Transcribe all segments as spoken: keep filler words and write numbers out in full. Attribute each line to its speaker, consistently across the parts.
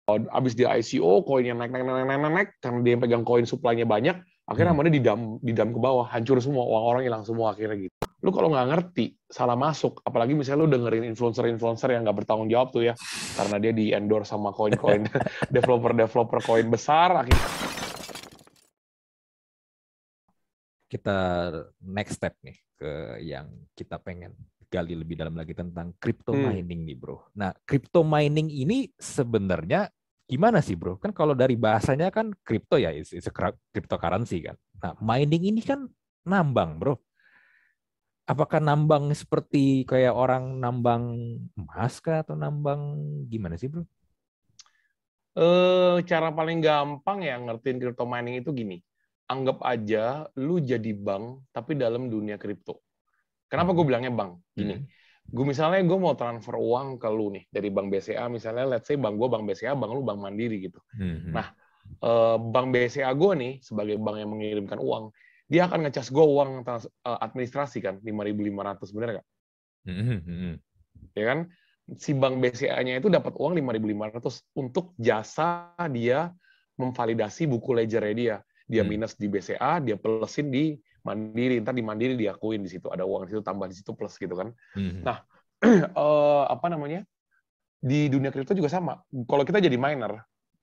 Speaker 1: Abis di I C O, koinnya naik, naik, naik, naik, naik, karena dia yang pegang koin supply-nya banyak, akhirnya namanya didam, didam ke bawah, hancur semua, uang orang hilang semua akhirnya gitu. Lu kalau nggak ngerti, salah masuk, apalagi misalnya lu dengerin influencer-influencer yang nggak bertanggung jawab tuh ya, karena dia di-endorse sama koin-koin, developer-developer koin besar, akhirnya
Speaker 2: kita next step nih ke yang kita pengen gali lebih dalam lagi tentang crypto mining hmm. nih bro. Nah crypto mining ini sebenarnya gimana sih bro? Kan kalau dari bahasanya kan crypto ya, it's, it's a cryptocurrency kan. Nah mining ini kan nambang bro. Apakah nambang seperti kayak orang nambang emas kah atau nambang gimana sih bro?
Speaker 1: Eh, cara paling gampang ya ngertiin crypto mining itu gini. Anggap aja lu jadi bank tapi dalam dunia kripto. Kenapa hmm. gue bilangnya bank? Gini, hmm. gue misalnya gue mau transfer uang ke lu nih dari bank B C A misalnya, let's say bank gue bank B C A, bank lu bank Mandiri gitu. Hmm. Nah, eh, bank B C A gue nih sebagai bank yang mengirimkan uang, dia akan ngecas gue uang trans, eh, administrasi kan lima ribu lima ratus, bener nggak? Hmm. Ya kan? Si bank B C A-nya itu dapat uang lima ribu lima ratus untuk jasa dia memvalidasi buku ledger-nya dia. Dia minus di B C A, dia plusin di Mandiri, ntar di Mandiri diakuin di situ ada uang di situ, tambah di situ plus gitu kan. Hmm. Nah, eh, apa namanya? Di dunia kripto juga sama. Kalau kita jadi miner,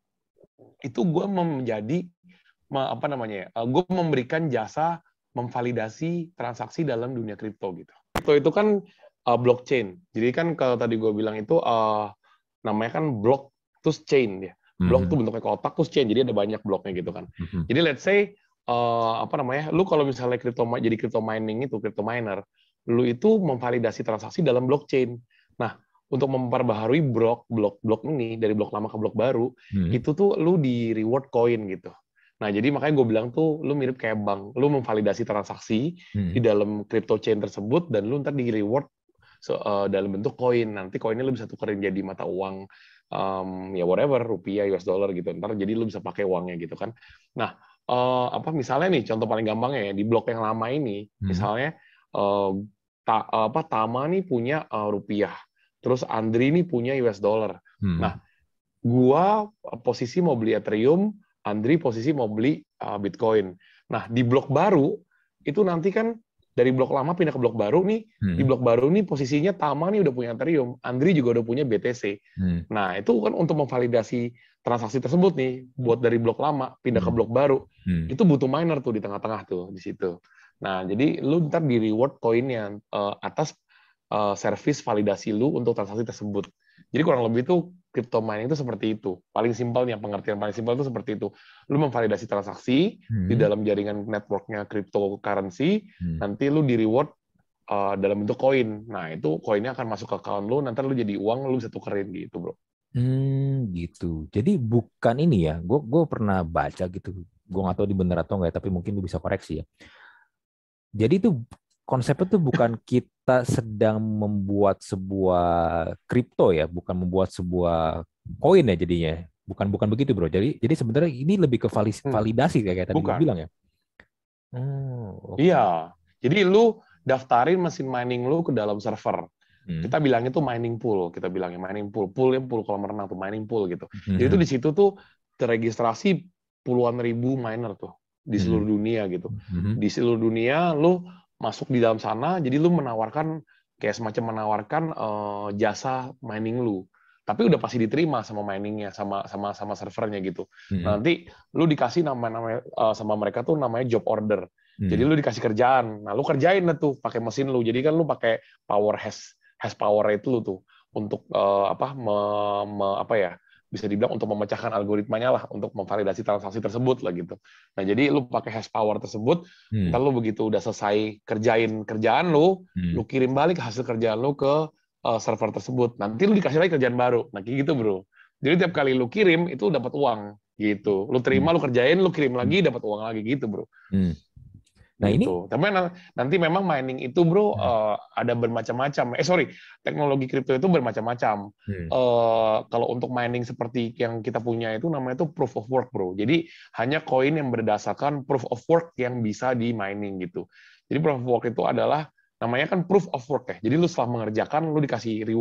Speaker 1: itu gue menjadi apa namanya? Ya, gue memberikan jasa memvalidasi transaksi dalam dunia kripto gitu. Kripto itu kan uh, blockchain. Jadi kan kalau tadi gue bilang itu uh, namanya kan block terus chain ya. Blok mm-hmm. tuh bentuknya kotak terus chain. Jadi ada banyak bloknya gitu kan. Mm-hmm. Jadi let's say uh, apa namanya? Lu kalau misalnya kripto jadi crypto mining itu, crypto miner, lu itu memvalidasi transaksi dalam blockchain. Nah, untuk memperbaharui blok blok blok ini dari blok lama ke blok baru, mm-hmm. itu tuh lu di reward koin gitu. Nah, jadi makanya gue bilang tuh, lu mirip kayak bank. Lu memvalidasi transaksi hmm. di dalam crypto chain tersebut, dan lu ntar di reward so, uh, dalam bentuk koin. Nanti koinnya lu bisa tukerin jadi mata uang, um, ya whatever, rupiah, U S dollar gitu. Ntar jadi lu bisa pakai uangnya gitu kan. Nah, uh, apa misalnya nih, contoh paling gampangnya ya, di blok yang lama ini, hmm. misalnya, uh, ta, apa Tama nih punya uh, rupiah, terus Andri nih punya U S dollar. Hmm. Nah, gua posisi mau beli Ethereum, Andri posisi mau beli uh, Bitcoin. Nah, di blok baru, itu nanti kan dari blok lama pindah ke blok baru nih, hmm. di blok baru nih posisinya Tama nih udah punya Ethereum, Andri juga udah punya B T C. Hmm. Nah, itu kan untuk memvalidasi transaksi tersebut nih, buat dari blok lama pindah hmm. ke blok baru, hmm. itu butuh miner tuh di tengah-tengah tuh, di situ. Nah, jadi lu ntar di reward koinnya uh, atas uh, service validasi lu untuk transaksi tersebut. Jadi kurang lebih itu crypto mining itu seperti itu. Paling simpelnya, pengertian paling simpel itu seperti itu. Lu memvalidasi transaksi hmm. di dalam jaringan networknya cryptocurrency, hmm. nanti lu di reward uh, dalam bentuk koin. Nah, itu koinnya akan masuk ke account lu, nanti lu jadi uang, lu bisa tukerin gitu, bro.
Speaker 2: Hmm, gitu. Jadi bukan ini ya, gue gue pernah baca gitu. Gue nggak tahu di bener atau enggak, tapi mungkin lu bisa koreksi ya. Jadi itu konsepnya tuh bukan kita sedang membuat sebuah kripto ya, bukan membuat sebuah koin ya jadinya. Bukan bukan begitu bro. Jadi jadi sebenarnya ini lebih ke validasi kayak, kayak tadi lu bilang ya.
Speaker 1: Oh, okay. Iya. Jadi lu daftarin mesin mining lu ke dalam server. Hmm. Kita bilangnya tuh mining pool. Kita bilangnya mining pool. Pool yang pool kolam renang tuh mining pool gitu. Hmm. Jadi itu di situ tuh terregistrasi puluhan ribu miner tuh di seluruh hmm. dunia gitu. Hmm. Di seluruh dunia lu masuk di dalam sana, jadi lu menawarkan kayak semacam menawarkan uh, jasa mining lu, tapi udah pasti diterima sama miningnya, sama sama sama servernya gitu. Hmm. Nanti lu dikasih nama-nama uh, sama mereka tuh namanya job order. Hmm. Jadi lu dikasih kerjaan, nah lu kerjain lah tuh pakai mesin lu. Jadi kan lu pakai power hash hash power rate lu tuh untuk uh, apa me, me, apa ya? bisa dibilang untuk memecahkan algoritmanya lah untuk memvalidasi transaksi tersebut lah gitu. Nah jadi lu pakai hash power tersebut, hmm. ntar lu begitu udah selesai kerjain kerjaan lu, hmm. lu kirim balik hasil kerjaan lu ke uh, server tersebut. Nanti lu dikasih lagi kerjaan baru. Nah kayak gitu bro. Jadi tiap kali lu kirim itu dapat uang gitu. Lu terima, hmm. lu kerjain, lu kirim lagi dapat uang lagi gitu bro. Hmm. Nah gitu. Ini, tapi nanti memang mining itu bro hmm. uh, ada bermacam-macam. Eh sorry, teknologi kripto itu bermacam-macam. Hmm. Uh, kalau untuk mining seperti yang kita punya itu namanya itu proof of work bro. Jadi hanya koin yang berdasarkan proof of work yang bisa di mining gitu. Jadi proof of work itu adalah namanya kan proof of work ya. Jadi lu setelah mengerjakan lu dikasih reward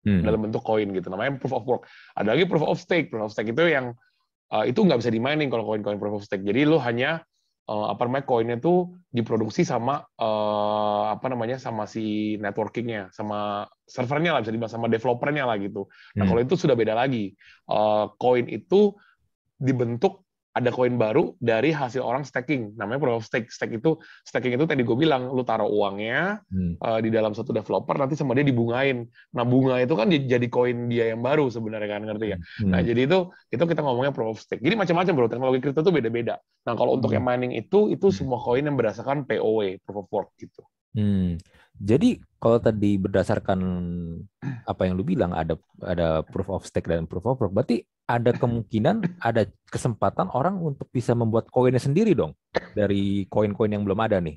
Speaker 2: hmm.
Speaker 1: dalam bentuk koin gitu. Namanya proof of work. Ada lagi proof of stake. Proof of stake itu yang uh, itu nggak bisa di-mining kalau koin-koin proof of stake. Jadi lu hanya uh, apa namanya koinnya tuh diproduksi sama uh, apa namanya sama si networkingnya, sama servernya lah bisa dibilang, sama developernya lah gitu. Nah,
Speaker 2: Hmm.
Speaker 1: kalau itu sudah beda lagi. Uh, koin itu dibentuk, ada koin baru dari hasil orang staking, namanya proof of stake. Stake itu staking itu tadi gue bilang, lu taruh uangnya
Speaker 2: Hmm.
Speaker 1: uh, di dalam satu developer, nanti sama dia dibungain. Nah, bunga itu kan jadi koin dia yang baru sebenarnya kan, ngerti ya?
Speaker 2: Hmm.
Speaker 1: Nah, jadi itu itu kita ngomongnya proof of stake. Jadi macam-macam bro, teknologi kripto itu beda-beda. Nah, kalau untuk yang mining itu itu semua koin yang berdasarkan P O W, proof of work gitu.
Speaker 2: Hmm. Jadi kalau tadi berdasarkan apa yang lu bilang ada ada proof of stake dan proof of work, berarti ada kemungkinan, ada kesempatan orang untuk bisa membuat koinnya sendiri dong dari koin-koin yang belum ada nih.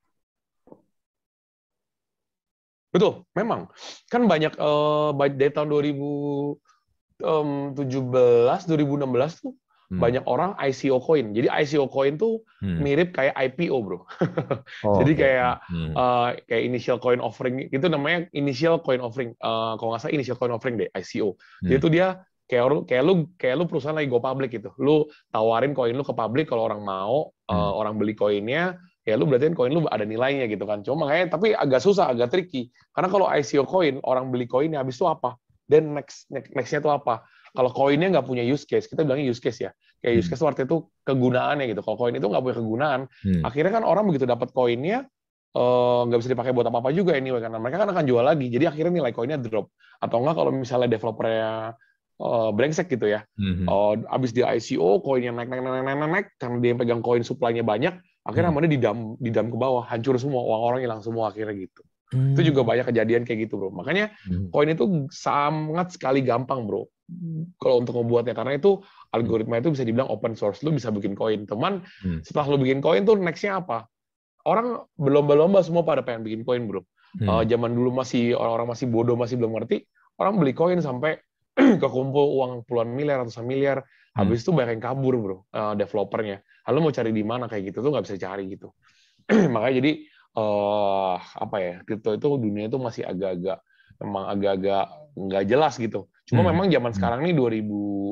Speaker 1: Betul, memang kan banyak uh, dari tahun dua ribu tujuh belas, dua ribu enam belas tuh hmm. banyak orang I C O coin. Jadi I C O coin tuh hmm. mirip kayak I P O bro.
Speaker 2: Oh,
Speaker 1: jadi
Speaker 2: okay.
Speaker 1: kayak
Speaker 2: hmm.
Speaker 1: uh, kayak initial coin offering itu namanya initial coin offering. Uh, kalau nggak salah initial coin offering deh I C O. Hmm. Jadi itu dia kayak kayak lu kayak lu perusahaan lagi go public gitu. Lu tawarin koin lu ke publik, kalau orang mau, hmm. uh, orang beli koinnya, ya lu berarti koin lu ada nilainya gitu kan. Cuma makanya tapi agak susah, agak tricky. Karena kalau I C O coin, orang beli koinnya habis itu apa? Dan next next-nya itu apa? Kalau koinnya nggak punya use case, kita bilangnya use case ya. Kayak use case itu artinya itu kegunaannya gitu. Kalau koin itu nggak punya kegunaan, hmm. akhirnya kan orang begitu dapat koinnya nggak uh, bisa dipakai buat apa-apa juga anyway, karena mereka kan akan jual lagi. Jadi akhirnya nilai koinnya drop. Atau enggak kalau misalnya developernya uh, brengsek gitu ya, hmm. uh, abis di I C O, koinnya naik, naik, naik, naik, naik, karena dia yang pegang koin supply-nya banyak, akhirnya namanya hmm. didam, didam ke bawah, hancur semua, uang orang hilang semua akhirnya gitu. Hmm. Itu juga banyak kejadian kayak gitu bro. Makanya hmm. koin itu sangat sekali gampang bro kalau untuk membuatnya, karena itu algoritma itu bisa dibilang open source. Lu bisa bikin koin, teman. Hmm. Setelah lu bikin koin tuh nextnya apa? Orang berlomba-lomba semua pada pengen bikin koin bro. Hmm. Uh, zaman dulu masih orang-orang masih bodoh, masih belum ngerti. Orang beli koin sampai kekumpul uang puluhan miliar, ratusan miliar. Habis hmm. itu banyak yang kabur bro, uh, developernya. Lalu mau cari di mana kayak gitu tuh nggak bisa cari gitu. Makanya jadi Uh, apa ya, kripto itu dunia itu masih agak-agak memang agak-agak nggak jelas gitu. Cuma hmm. memang zaman hmm. sekarang nih dua ribu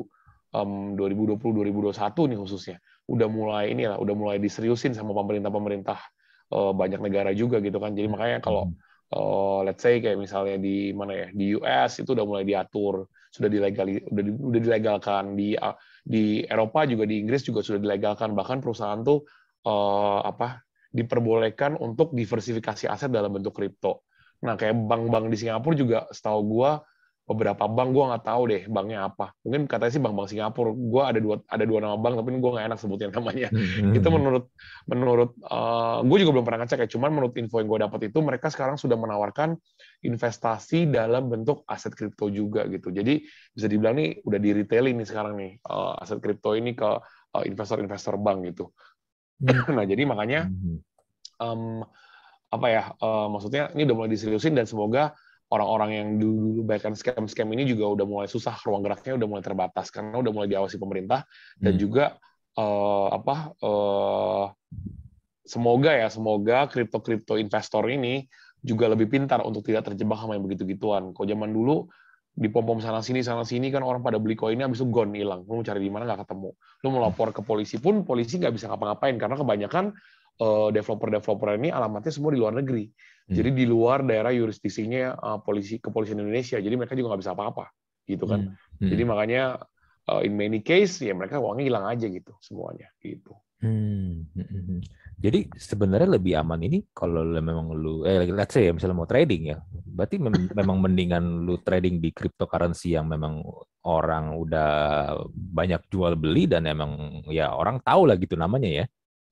Speaker 1: dua puluh dua ribu dua puluh satu nih khususnya udah mulai inilah udah mulai diseriusin sama pemerintah-pemerintah uh, banyak negara juga gitu kan. Jadi makanya kalau uh, let's say kayak misalnya di mana ya, di U S itu udah mulai diatur, sudah dilegali udah di, udah dilegalkan, di uh, di Eropa juga, di Inggris juga sudah dilegalkan, bahkan perusahaan tuh uh, apa diperbolehkan untuk diversifikasi aset dalam bentuk kripto. Nah, kayak bank-bank di Singapura juga, setahu gua beberapa bank, gua nggak tahu deh banknya apa. Mungkin katanya sih bank-bank Singapura. Gua ada dua ada dua nama bank, tapi gua nggak enak sebutin namanya. Mm-hmm. Itu menurut menurut uh, gua juga belum pernah ngecek ya. Cuman menurut info yang gua dapat itu, mereka sekarang sudah menawarkan investasi dalam bentuk aset kripto juga gitu. Jadi bisa dibilang nih udah di retailin nih sekarang nih uh, aset kripto ini ke uh, investor-investor bank gitu. Nah, jadi makanya um, apa ya, uh, maksudnya ini udah mulai diseriusin, dan semoga orang-orang yang dulu bahkan scam-scam ini juga udah mulai susah, ruang geraknya udah mulai terbatas karena udah mulai diawasi pemerintah, dan hmm. juga uh, apa uh, semoga ya, semoga kripto-kripto investor ini juga lebih pintar untuk tidak terjebak sama yang begitu-gituan. Kalau zaman dulu dipom-pom sana sini sana sini kan orang pada beli koinnya habis itu gone, hilang. Lu mau cari di mana nggak ketemu. Lu mau lapor ke polisi pun polisi nggak bisa ngapa-ngapain karena kebanyakan uh, developer-developer ini alamatnya semua di luar negeri. Hmm. Jadi di luar daerah yurisdiksinya uh, polisi kepolisian Indonesia. Jadi mereka juga nggak bisa apa-apa, gitu kan. Hmm. Hmm. Jadi makanya uh, in many case ya mereka uangnya hilang aja gitu semuanya, gitu.
Speaker 2: Hmm. Jadi sebenarnya lebih aman ini kalau memang lu, eh let's say ya misalnya mau trading ya, berarti mem- memang mendingan lu trading di cryptocurrency yang memang orang udah banyak jual beli dan emang ya orang tahu lah gitu namanya ya.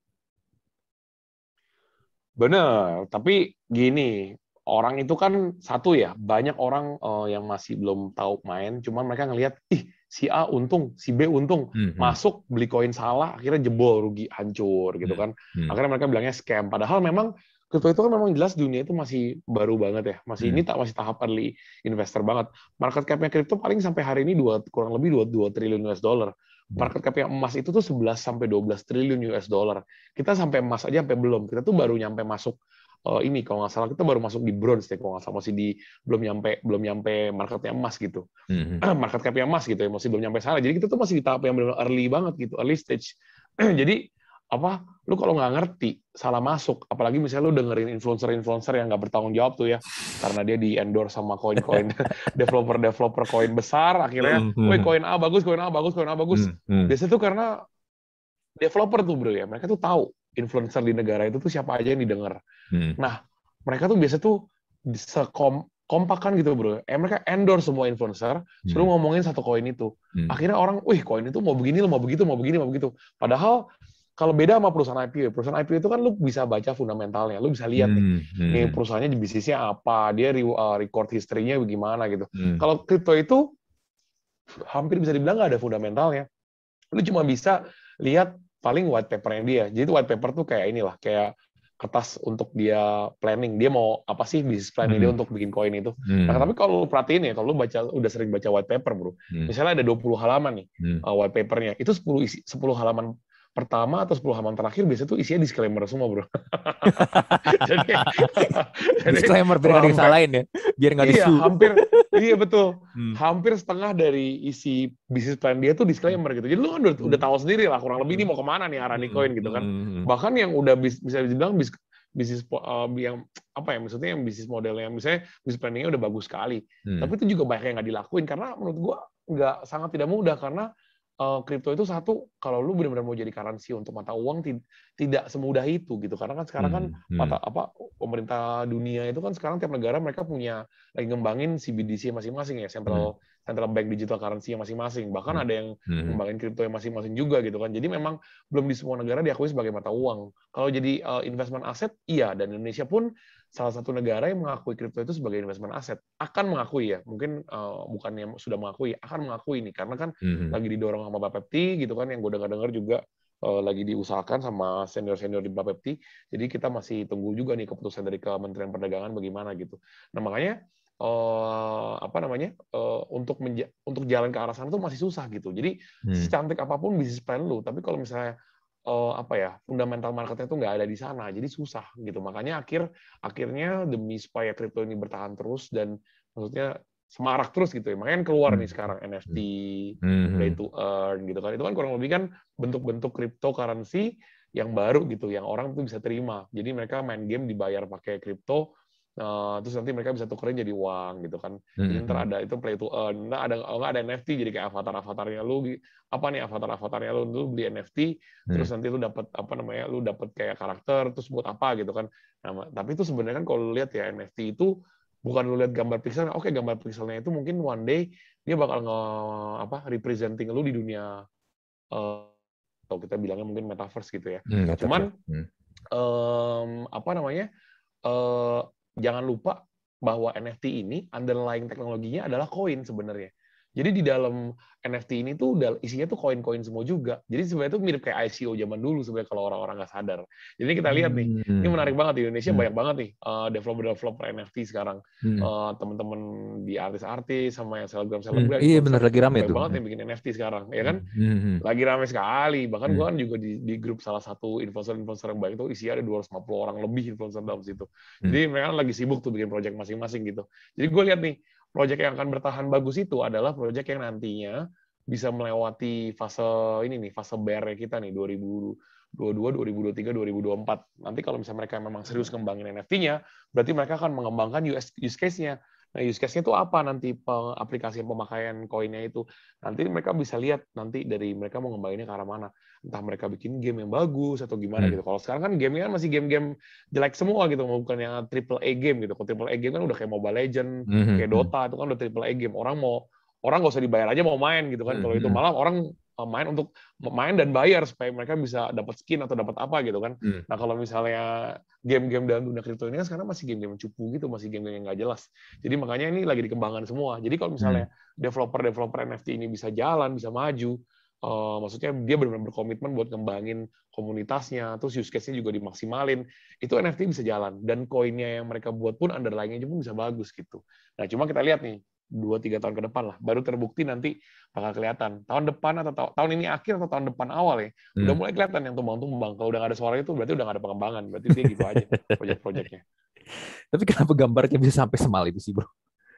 Speaker 1: Bener, tapi gini, orang itu kan satu ya, banyak orang uh, yang masih belum tahu main, cuman mereka ngelihat, ih si A untung, si B untung, hmm, masuk beli koin salah, akhirnya jebol, rugi, hancur gitu kan. Hmm, akhirnya mereka bilangnya scam. Padahal memang kripto itu kan memang jelas dunia itu masih baru banget ya, masih hmm. ini tak masih tahap early investor banget. Market cap-nya kripto paling sampai hari ini dua kurang lebih dua triliun U S dollar. Market cap-nya emas itu tuh sebelas sampai dua belas triliun U S dollar. Kita sampai emas aja sampai belum. Kita tuh baru nyampe masuk uh, ini kalau nggak salah kita baru masuk di bronze deh, kalau nggak salah masih di belum nyampe belum nyampe marketnya emas gitu,
Speaker 2: Hmm.
Speaker 1: market cap-nya emas gitu ya, masih belum nyampe sana. Jadi kita tuh masih di tahap yang benar early banget gitu, early stage. Jadi apa, lu kalau nggak ngerti salah masuk, apalagi misalnya lu dengerin influencer-influencer yang nggak bertanggung jawab tuh ya, karena dia di endorse sama koin-koin developer-developer koin besar, akhirnya, woi koin A bagus, koin A bagus, koin A bagus.
Speaker 2: Hmm.
Speaker 1: Biasanya tuh karena developer tuh bro ya, mereka tuh tahu influencer di negara itu tuh siapa aja yang didengar.
Speaker 2: Hmm.
Speaker 1: Nah, mereka tuh biasa tuh sekom kompakan gitu bro. Eh, mereka endorse semua influencer, selalu ngomongin satu koin itu.
Speaker 2: Hmm.
Speaker 1: Akhirnya orang, wih koin itu mau begini, mau begitu, mau begini, mau begitu. Padahal kalau beda sama perusahaan I P O, perusahaan I P O itu kan lu bisa baca fundamentalnya, lu bisa lihat nih,
Speaker 2: Hmm. Hmm.
Speaker 1: nih perusahaannya di bisnisnya apa, dia record history-nya bagaimana gitu.
Speaker 2: Hmm.
Speaker 1: Kalau kripto itu hampir bisa dibilang nggak ada fundamentalnya. Lu cuma bisa lihat paling white paper-nya dia. Jadi white paper tuh kayak inilah, kayak kertas untuk dia planning, dia mau apa sih bisnis planning dia untuk bikin koin itu.
Speaker 2: Hmm.
Speaker 1: Nah, tapi kalau lu perhatiin ya, kalau lu baca udah sering baca white paper, bro.
Speaker 2: Hmm.
Speaker 1: Misalnya ada dua puluh halaman nih
Speaker 2: Hmm.
Speaker 1: uh, white paper-nya. Itu sepuluh isi, sepuluh halaman pertama atau sepuluh halaman terakhir biasanya tuh isinya disclaimer semua, bro. jadi,
Speaker 2: disclaimer biar nggak disalahin ya, biar nggak
Speaker 1: iya,
Speaker 2: disu.
Speaker 1: hampir, iya betul.
Speaker 2: Hmm.
Speaker 1: Hampir setengah dari isi bisnis plan dia tuh disclaimer gitu. Jadi lu kan udah,
Speaker 2: Hmm.
Speaker 1: udah tahu sendiri lah kurang lebih ini mau kemana nih arah nih koin gitu kan.
Speaker 2: Hmm.
Speaker 1: Bahkan yang udah bis, bisa dibilang bis, bisnis uh, yang apa ya, maksudnya yang bisnis modelnya misalnya bisnis planningnya udah bagus sekali. Hmm. Tapi itu juga banyak yang nggak dilakuin karena menurut gua nggak sangat tidak mudah karena kripto uh, itu satu, kalau lu benar-benar mau jadi currency untuk mata uang tid tidak semudah itu gitu, karena kan sekarang kan
Speaker 2: hmm.
Speaker 1: mata apa pemerintah dunia itu kan sekarang tiap negara mereka punya lagi ngembangin C B D C masing-masing ya, central hmm. central bank digital currency masing-masing, bahkan hmm. ada yang hmm. ngembangin kripto yang masing-masing juga gitu kan. Jadi memang belum di semua negara diakui sebagai mata uang. Kalau jadi uh, investment aset iya, dan Indonesia pun salah satu negara yang mengakui kripto itu sebagai investment aset, akan mengakui ya, mungkin uh, bukannya sudah mengakui, akan mengakui ini karena kan hmm. lagi didorong sama Bapepti gitu kan, yang gue dengar-dengar juga uh, lagi diusahakan sama senior-senior di Bapepti. Jadi kita masih tunggu juga nih keputusan dari Kementerian Perdagangan bagaimana gitu. Nah makanya uh, apa namanya uh, untuk untuk jalan ke arah sana tuh masih susah gitu. Jadi hmm. secantik apapun bisnis plan lu, tapi kalau misalnya Uh, apa ya fundamental marketnya tuh nggak ada di sana, jadi susah gitu. Makanya akhir akhirnya demi supaya kripto ini bertahan terus dan maksudnya semarak terus gitu ya, makanya keluar hmm. nih sekarang N F T, hmm. play to earn gitu kan. Itu kan kurang lebih kan bentuk-bentuk cryptocurrency yang baru gitu, yang orang tuh bisa terima. Jadi mereka main game dibayar pakai kripto. Uh, terus nanti mereka bisa tukerin jadi uang gitu kan. Jadi ntar ada itu play to earn, ntar ada nggak ada N F T jadi kayak avatar-avatarnya lu apa nih avatar-avatarnya lu lu beli N F T hmm. terus nanti lu dapat apa namanya lu dapat kayak karakter terus buat apa gitu kan. Nah, tapi itu sebenarnya kan kalau lu lihat ya N F T itu bukan lu lihat gambar pixel, oke okay, gambar pixelnya itu mungkin one day dia bakal nge apa representing lu di dunia uh, atau kita bilangnya mungkin metaverse gitu ya. Hmm, Cuman hmm. um, apa namanya uh, jangan lupa bahwa N F T ini underlying teknologinya adalah koin sebenarnya. Jadi di dalam N F T ini tuh isinya tuh koin-koin semua juga. Jadi sebenarnya itu mirip kayak I C O zaman dulu sebenarnya kalau orang-orang nggak sadar. Jadi kita lihat nih, hmm. ini menarik banget di Indonesia hmm. banyak banget nih uh, developer-developer N F T sekarang. Hmm. Uh, teman-teman di artis-artis sama yang selebgram-selebgram.
Speaker 2: Hmm. Iya benar lagi rame
Speaker 1: tuh. Banyak banget
Speaker 2: hmm.
Speaker 1: yang bikin N F T sekarang, ya kan?
Speaker 2: Hmm.
Speaker 1: Lagi rame sekali. Bahkan hmm. gue kan juga di, di grup salah satu influencer-influencer yang baik itu isinya ada dua ratus lima puluh orang lebih influencer dalam situ. Hmm. Jadi mereka lagi sibuk tuh bikin project masing-masing gitu. Jadi gue lihat nih, proyek yang akan bertahan bagus itu adalah proyek yang nantinya bisa melewati fase ini nih, fase bear kita nih dua ribu dua puluh dua, dua ribu dua puluh tiga, dua ribu dua puluh empat. Nanti kalau misalnya mereka memang serius ngembangin N F T-nya, berarti mereka akan mengembangkan use case-nya. Nah, use case-nya itu apa nanti aplikasi pemakaian koinnya itu. Nanti mereka bisa lihat nanti dari mereka mau ngembanginnya ke arah mana. Entah mereka bikin game yang bagus atau gimana hmm. gitu. Kalau sekarang kan game-nya kan masih game-game jelek semua gitu, bukan yang triple A game gitu. Kalau triple A game kan udah kayak Mobile Legends, hmm. kayak Dota itu kan udah triple A game. Orang mau orang nggak usah dibayar aja mau main gitu kan. Hmm. Kalau itu malah orang main untuk main dan bayar supaya mereka bisa dapat skin atau dapat apa gitu kan. Hmm. Nah, kalau misalnya game-game dalam dunia kripto ini kan sekarang masih game-game cupu gitu, masih game-game yang nggak jelas. Jadi makanya ini lagi dikembangkan semua. Jadi kalau misalnya hmm. developer-developer N F T ini bisa jalan, bisa maju, uh, maksudnya dia benar-benar berkomitmen buat ngembangin komunitasnya, terus use case-nya juga dimaksimalin, itu N F T bisa jalan. Dan koinnya yang mereka buat pun underlying-nya pun bisa bagus gitu. Nah, cuma kita lihat nih, dua tiga tahun ke depan lah. Baru terbukti nanti bakal kelihatan. Tahun depan atau ta- tahun ini akhir atau tahun depan awal ya,
Speaker 2: Hmm.
Speaker 1: udah mulai kelihatan yang tumbang-tumbang. Kalau udah nggak ada suara itu berarti udah nggak ada pengembangan. Berarti dia gitu aja proyek-proyeknya.
Speaker 2: Tapi kenapa gambarnya bisa sampai semal itu sih, bro?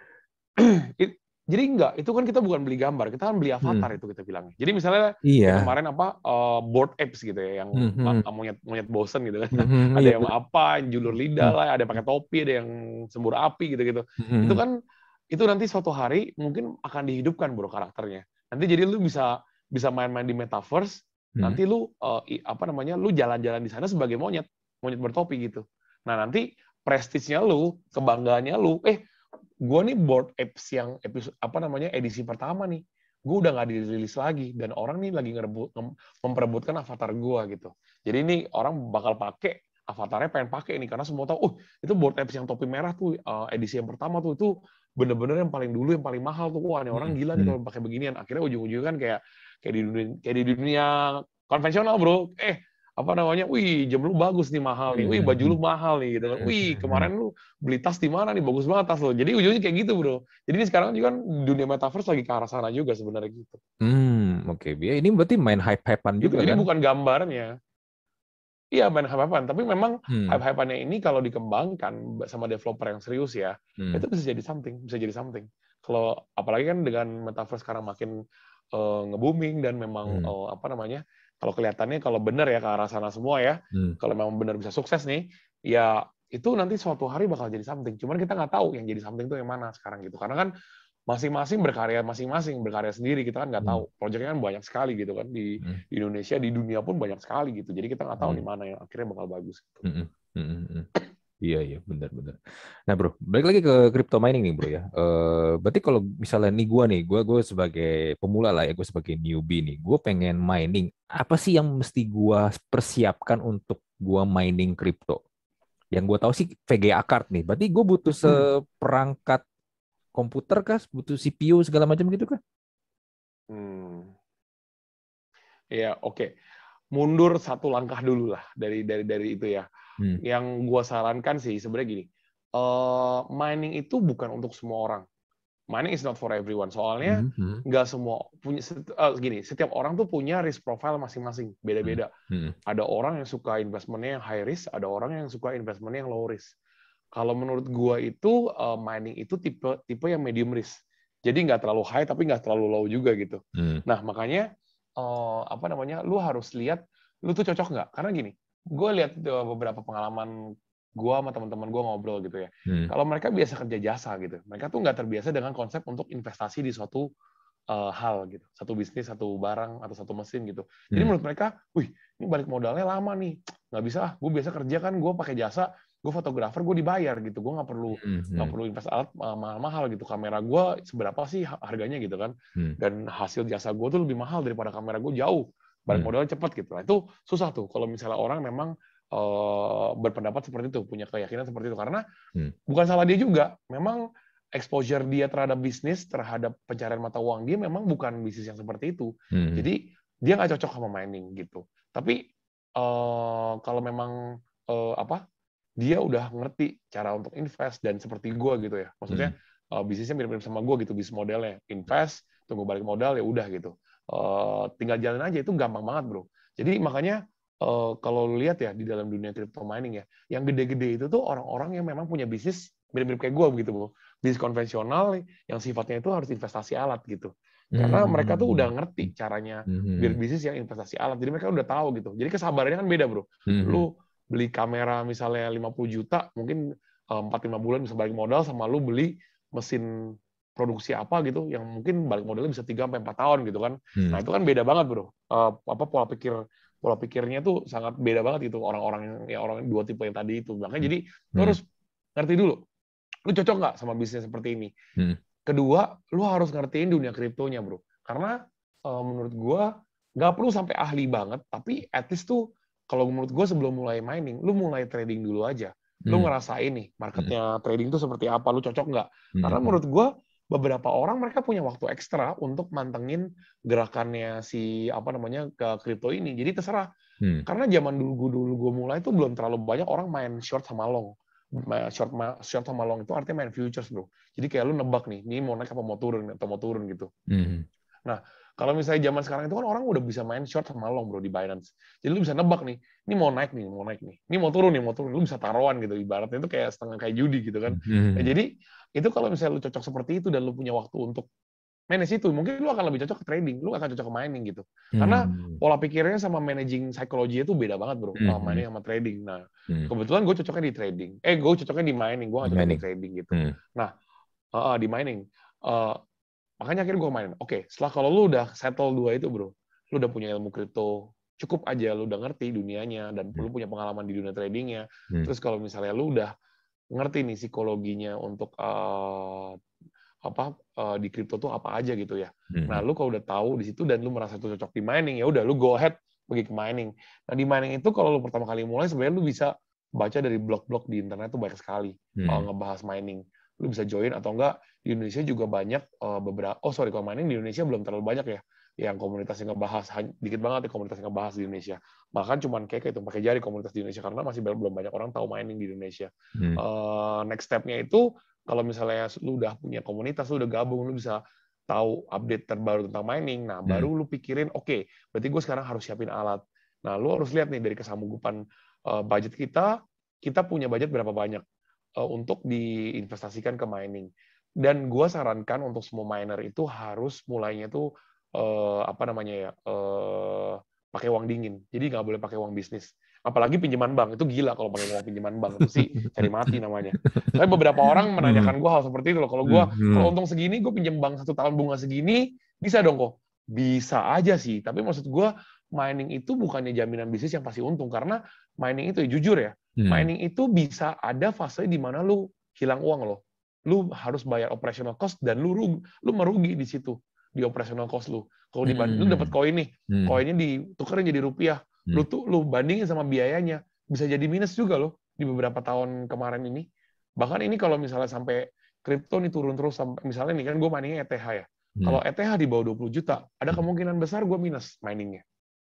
Speaker 1: It- Jadi enggak, itu kan kita bukan beli gambar, kita kan beli avatar
Speaker 2: Hmm.
Speaker 1: itu kita bilangnya. Jadi misalnya
Speaker 2: Iya.
Speaker 1: kayak kemarin apa uh, board apes gitu ya, yang
Speaker 2: Hmm, hmm.
Speaker 1: ma- monyet monyet bosen gitu kan.
Speaker 2: Hmm,
Speaker 1: Ada
Speaker 2: iya,
Speaker 1: yang
Speaker 2: betul.
Speaker 1: apa, julur lidah
Speaker 2: Hmm.
Speaker 1: lah, ada yang pakai topi, ada yang sembur api gitu-gitu.
Speaker 2: Hmm.
Speaker 1: Itu kan itu nanti suatu hari mungkin akan dihidupkan bro karakternya. Nanti jadi lu bisa bisa main-main di metaverse,
Speaker 2: Hmm.
Speaker 1: nanti lu uh, i- apa namanya, lu jalan-jalan di sana sebagai monyet, monyet bertopi gitu. Nah nanti prestisnya lu, kebanggaannya lu, eh gue nih board apes yang episode apa namanya edisi pertama nih, gue udah nggak dirilis lagi dan orang nih lagi ngerebut memperebutkan avatar gue gitu. Jadi ini orang bakal pakai avatarnya, pengen pakai ini karena semua tahu, oh itu board apes yang topi merah tuh uh, edisi yang pertama tuh, itu bener-bener yang paling dulu yang paling mahal tuh. Wah ini orang gila nih kalau pakai beginian. Akhirnya ujung-ujungnya kan kayak kayak di dunia kayak di dunia konvensional bro, eh apa namanya, wih jam lu bagus nih mahal nih, wih baju lu mahal nih gitu kan, wih kemarin lu beli tas di mana nih, bagus banget tas lo. Jadi ujungnya kayak gitu bro. Jadi ini sekarang juga kan dunia metaverse lagi ke arah sana juga sebenarnya gitu.
Speaker 2: Hmm, oke. Okay. Ini berarti main hype-hypean
Speaker 1: Gitu.
Speaker 2: juga
Speaker 1: Jadi
Speaker 2: kan?
Speaker 1: bukan gambarnya. Iya main hype-hypean, tapi memang
Speaker 2: Hmm.
Speaker 1: hype-hypeannya ini kalau dikembangkan sama developer yang serius ya,
Speaker 2: Hmm.
Speaker 1: itu bisa jadi something, bisa jadi something. Kalau apalagi kan dengan metaverse sekarang makin uh, nge-booming dan memang
Speaker 2: Hmm.
Speaker 1: uh, apa namanya, kalau kelihatannya kalau benar ya ke arah sana semua ya,
Speaker 2: Hmm.
Speaker 1: kalau memang benar bisa sukses nih, ya itu nanti suatu hari bakal jadi something. Cuman kita nggak tahu yang jadi something itu yang mana sekarang gitu. Karena kan masing-masing berkarya masing-masing, berkarya sendiri, kita kan nggak
Speaker 2: Hmm.
Speaker 1: tahu. Proyeknya kan banyak sekali gitu kan di,
Speaker 2: Hmm.
Speaker 1: di Indonesia, di dunia pun banyak sekali gitu. Jadi kita nggak tahu
Speaker 2: Hmm.
Speaker 1: nih mana yang akhirnya bakal bagus. Gitu.
Speaker 2: Hmm. Hmm. Hmm. Iya, iya, benar-benar. Nah, bro, balik lagi ke crypto mining nih, bro ya. Uh, berarti kalau misalnya nih gue nih, gue gue sebagai pemula lah ya, gue sebagai newbie nih, gue pengen mining. Apa sih yang mesti gue persiapkan untuk gue mining crypto? Yang gue tahu sih V G A card nih. Berarti gue butuh seperangkat komputer kah? Butuh C P U segala macam gitu kah?
Speaker 1: Hmm. Ya, oke. Okay. Mundur satu langkah dulu lah dari dari dari itu ya. Hmm. Yang gue sarankan sih sebenarnya gini, uh, mining itu bukan untuk semua orang. Mining is not for everyone. Soalnya nggak hmm. semua punya uh, gini. Setiap orang tuh punya risk profile masing-masing, beda-beda. Hmm. Ada orang yang suka investmentnya yang high risk, ada orang yang suka investmentnya yang low risk. Kalau menurut gue itu uh, mining itu tipe tipe yang medium risk. Jadi nggak terlalu high tapi nggak terlalu low juga gitu. Hmm. Nah makanya uh, apa namanya, lu harus lihat lu tuh cocok nggak. Karena gini, gue lihat uh, beberapa pengalaman gue sama teman-teman gue ngobrol gitu ya. Hmm. Kalau mereka biasa kerja jasa gitu, mereka tuh nggak terbiasa dengan konsep untuk investasi di suatu uh, hal gitu, satu bisnis, satu barang atau satu mesin gitu. Jadi hmm. menurut mereka, wih ini balik modalnya lama nih, nggak bisa ah, gue biasa kerja kan, gue pakai jasa, gue fotografer, gue dibayar gitu, gue nggak perlu nggak hmm. perlu invest alat mahal-mahal gitu, kamera gue seberapa sih harganya gitu kan, hmm. dan hasil jasa gue tuh lebih mahal daripada kamera gue jauh, balik hmm. modalnya cepat gitu. Nah itu susah tuh kalau misalnya orang memang Uh, berpendapat seperti itu, punya keyakinan seperti itu, karena hmm. bukan salah dia juga, memang exposure dia terhadap bisnis, terhadap pencarian mata uang dia memang bukan bisnis yang seperti itu, hmm. jadi dia nggak cocok sama mining gitu. Tapi uh, kalau memang uh, apa, dia udah ngerti cara untuk invest dan seperti gue gitu ya, maksudnya hmm. uh, bisnisnya mirip-mirip sama gue gitu, bisnis modelnya invest, tunggu balik modal ya udah gitu, uh, tinggal jalan aja, itu gampang banget bro. Jadi makanya Uh, kalau lu lihat ya di dalam dunia crypto mining ya, yang gede-gede itu tuh orang-orang yang memang punya bisnis mirip-mirip kayak gue begitu, Bu. Bisnis konvensional yang sifatnya itu harus investasi alat gitu. Karena hmm. mereka tuh udah ngerti caranya hmm. berbisnis yang investasi alat. Jadi mereka udah tahu gitu. Jadi kesabarannya kan beda, Bro. Hmm. Lu beli kamera misalnya lima puluh juta, mungkin empat lima bulan bisa balik modal, sama lu beli mesin produksi apa gitu yang mungkin balik modalnya bisa tiga sampai empat tahun gitu kan. Hmm. Nah, itu kan beda banget, Bro. Uh, apa pola pikir pola pikirnya tuh sangat beda banget gitu, orang-orang yang ya orang dua tipe yang tadi itu. Makanya hmm. jadi lu harus ngerti dulu, lu cocok nggak sama bisnis seperti ini. Hmm. Kedua, lu harus ngertiin dunia kriptonya, bro. Karena uh, menurut gua nggak perlu sampai ahli banget, tapi at least tuh kalau menurut gua sebelum mulai mining, lu mulai trading dulu aja. Lu hmm. ngerasain nih marketnya hmm. trading tuh seperti apa, lu cocok nggak? Hmm. Karena menurut gua beberapa orang mereka punya waktu ekstra untuk mantengin gerakannya si apa namanya ke kripto ini. Jadi terserah. Hmm. Karena zaman dulu dulu gue mulai itu belum terlalu banyak orang main short sama long. short short sama long itu artinya main futures, bro. Jadi kayak lu nebak nih, ini mau naik apa mau turun atau mau turun gitu. Mm-hmm. Nah, kalau misalnya zaman sekarang itu kan orang udah bisa main short sama long, bro, di Binance. Jadi lu bisa nebak nih, ini mau naik nih, mau naik nih. Ini mau turun nih, mau turun. Lu bisa taruhan gitu, ibaratnya itu kayak setengah kayak judi gitu kan. Mm-hmm. Nah, jadi itu kalau misalnya lu cocok seperti itu dan lu punya waktu untuk manage itu, mungkin lu akan lebih cocok ke trading, lu akan cocok ke mining gitu. Hmm. Karena pola pikirnya sama managing psychology itu beda banget, bro. Hmm. Mining sama trading. Nah, hmm. kebetulan gue cocoknya di trading. Eh, gue cocoknya di mining, gue nggak cocok di trading gitu. Hmm. Nah, uh, di mining. Uh, makanya akhirnya gue mainin. Oke, okay, setelah kalau lu udah settle dua itu, bro, lu udah punya ilmu kripto, cukup aja lu udah ngerti dunianya, dan hmm. lu punya pengalaman di dunia tradingnya. Hmm. Terus kalau misalnya lu udah ngerti nih psikologinya untuk uh, apa uh, di kripto tuh apa aja gitu ya. Mm-hmm. Nah, lu kalau udah tahu di situ dan lu merasa itu cocok di mining, ya udah lu go ahead pergi ke mining. Nah, di mining itu kalau lu pertama kali mulai sebenarnya lu bisa baca dari blog-blog di internet tuh banyak sekali mm-hmm. uh, ngebahas mining. Lu bisa join atau enggak di Indonesia juga banyak uh, beberapa oh sorry kalau mining di Indonesia belum terlalu banyak ya yang komunitas yang ngebahas, dikit banget ya komunitas yang ngebahas di Indonesia. Bahkan cuman kayak itu pakai jari komunitas di Indonesia karena masih belum banyak orang tahu mining di Indonesia. Mm-hmm. Uh, next step-nya itu kalau misalnya lu udah punya komunitas, lu udah gabung, lu bisa tahu update terbaru tentang mining. Nah, hmm. baru lu pikirin, oke, okay, berarti gue sekarang harus siapin alat. Nah, lu harus lihat nih dari kesanggupan uh, budget kita, kita punya budget berapa banyak uh, untuk diinvestasikan ke mining. Dan gue sarankan untuk semua miner itu harus mulainya tuh uh, apa namanya ya, uh, pakai uang dingin. Jadi nggak boleh pakai uang bisnis. Apalagi pinjaman bank, itu gila kalau pakai uang pinjaman bank, itu sih cari mati namanya. Tapi beberapa orang menanyakan gue hal seperti itu loh, kalau gue, kalau untung segini, gue pinjam bank satu tahun bunga segini, bisa dong kok? Bisa aja sih, tapi maksud gue, mining itu bukannya jaminan bisnis yang pasti untung, karena mining itu, jujur ya, mining itu bisa ada fase di mana lu hilang uang loh. Lu harus bayar operational cost, dan lu, rugi, lu merugi di situ, di operational cost lu. Kalau dibanding, lu dapat koin nih, koinnya ditukerin jadi rupiah, lu tuh lu bandingin sama biayanya bisa jadi minus juga loh di beberapa tahun kemarin ini. Bahkan ini kalau misalnya sampai kripto nih turun terus sampai misalnya nih kan gue miningnya E T H ya. Hmm. Kalau E T H di bawah dua puluh juta, ada kemungkinan besar gue minus miningnya.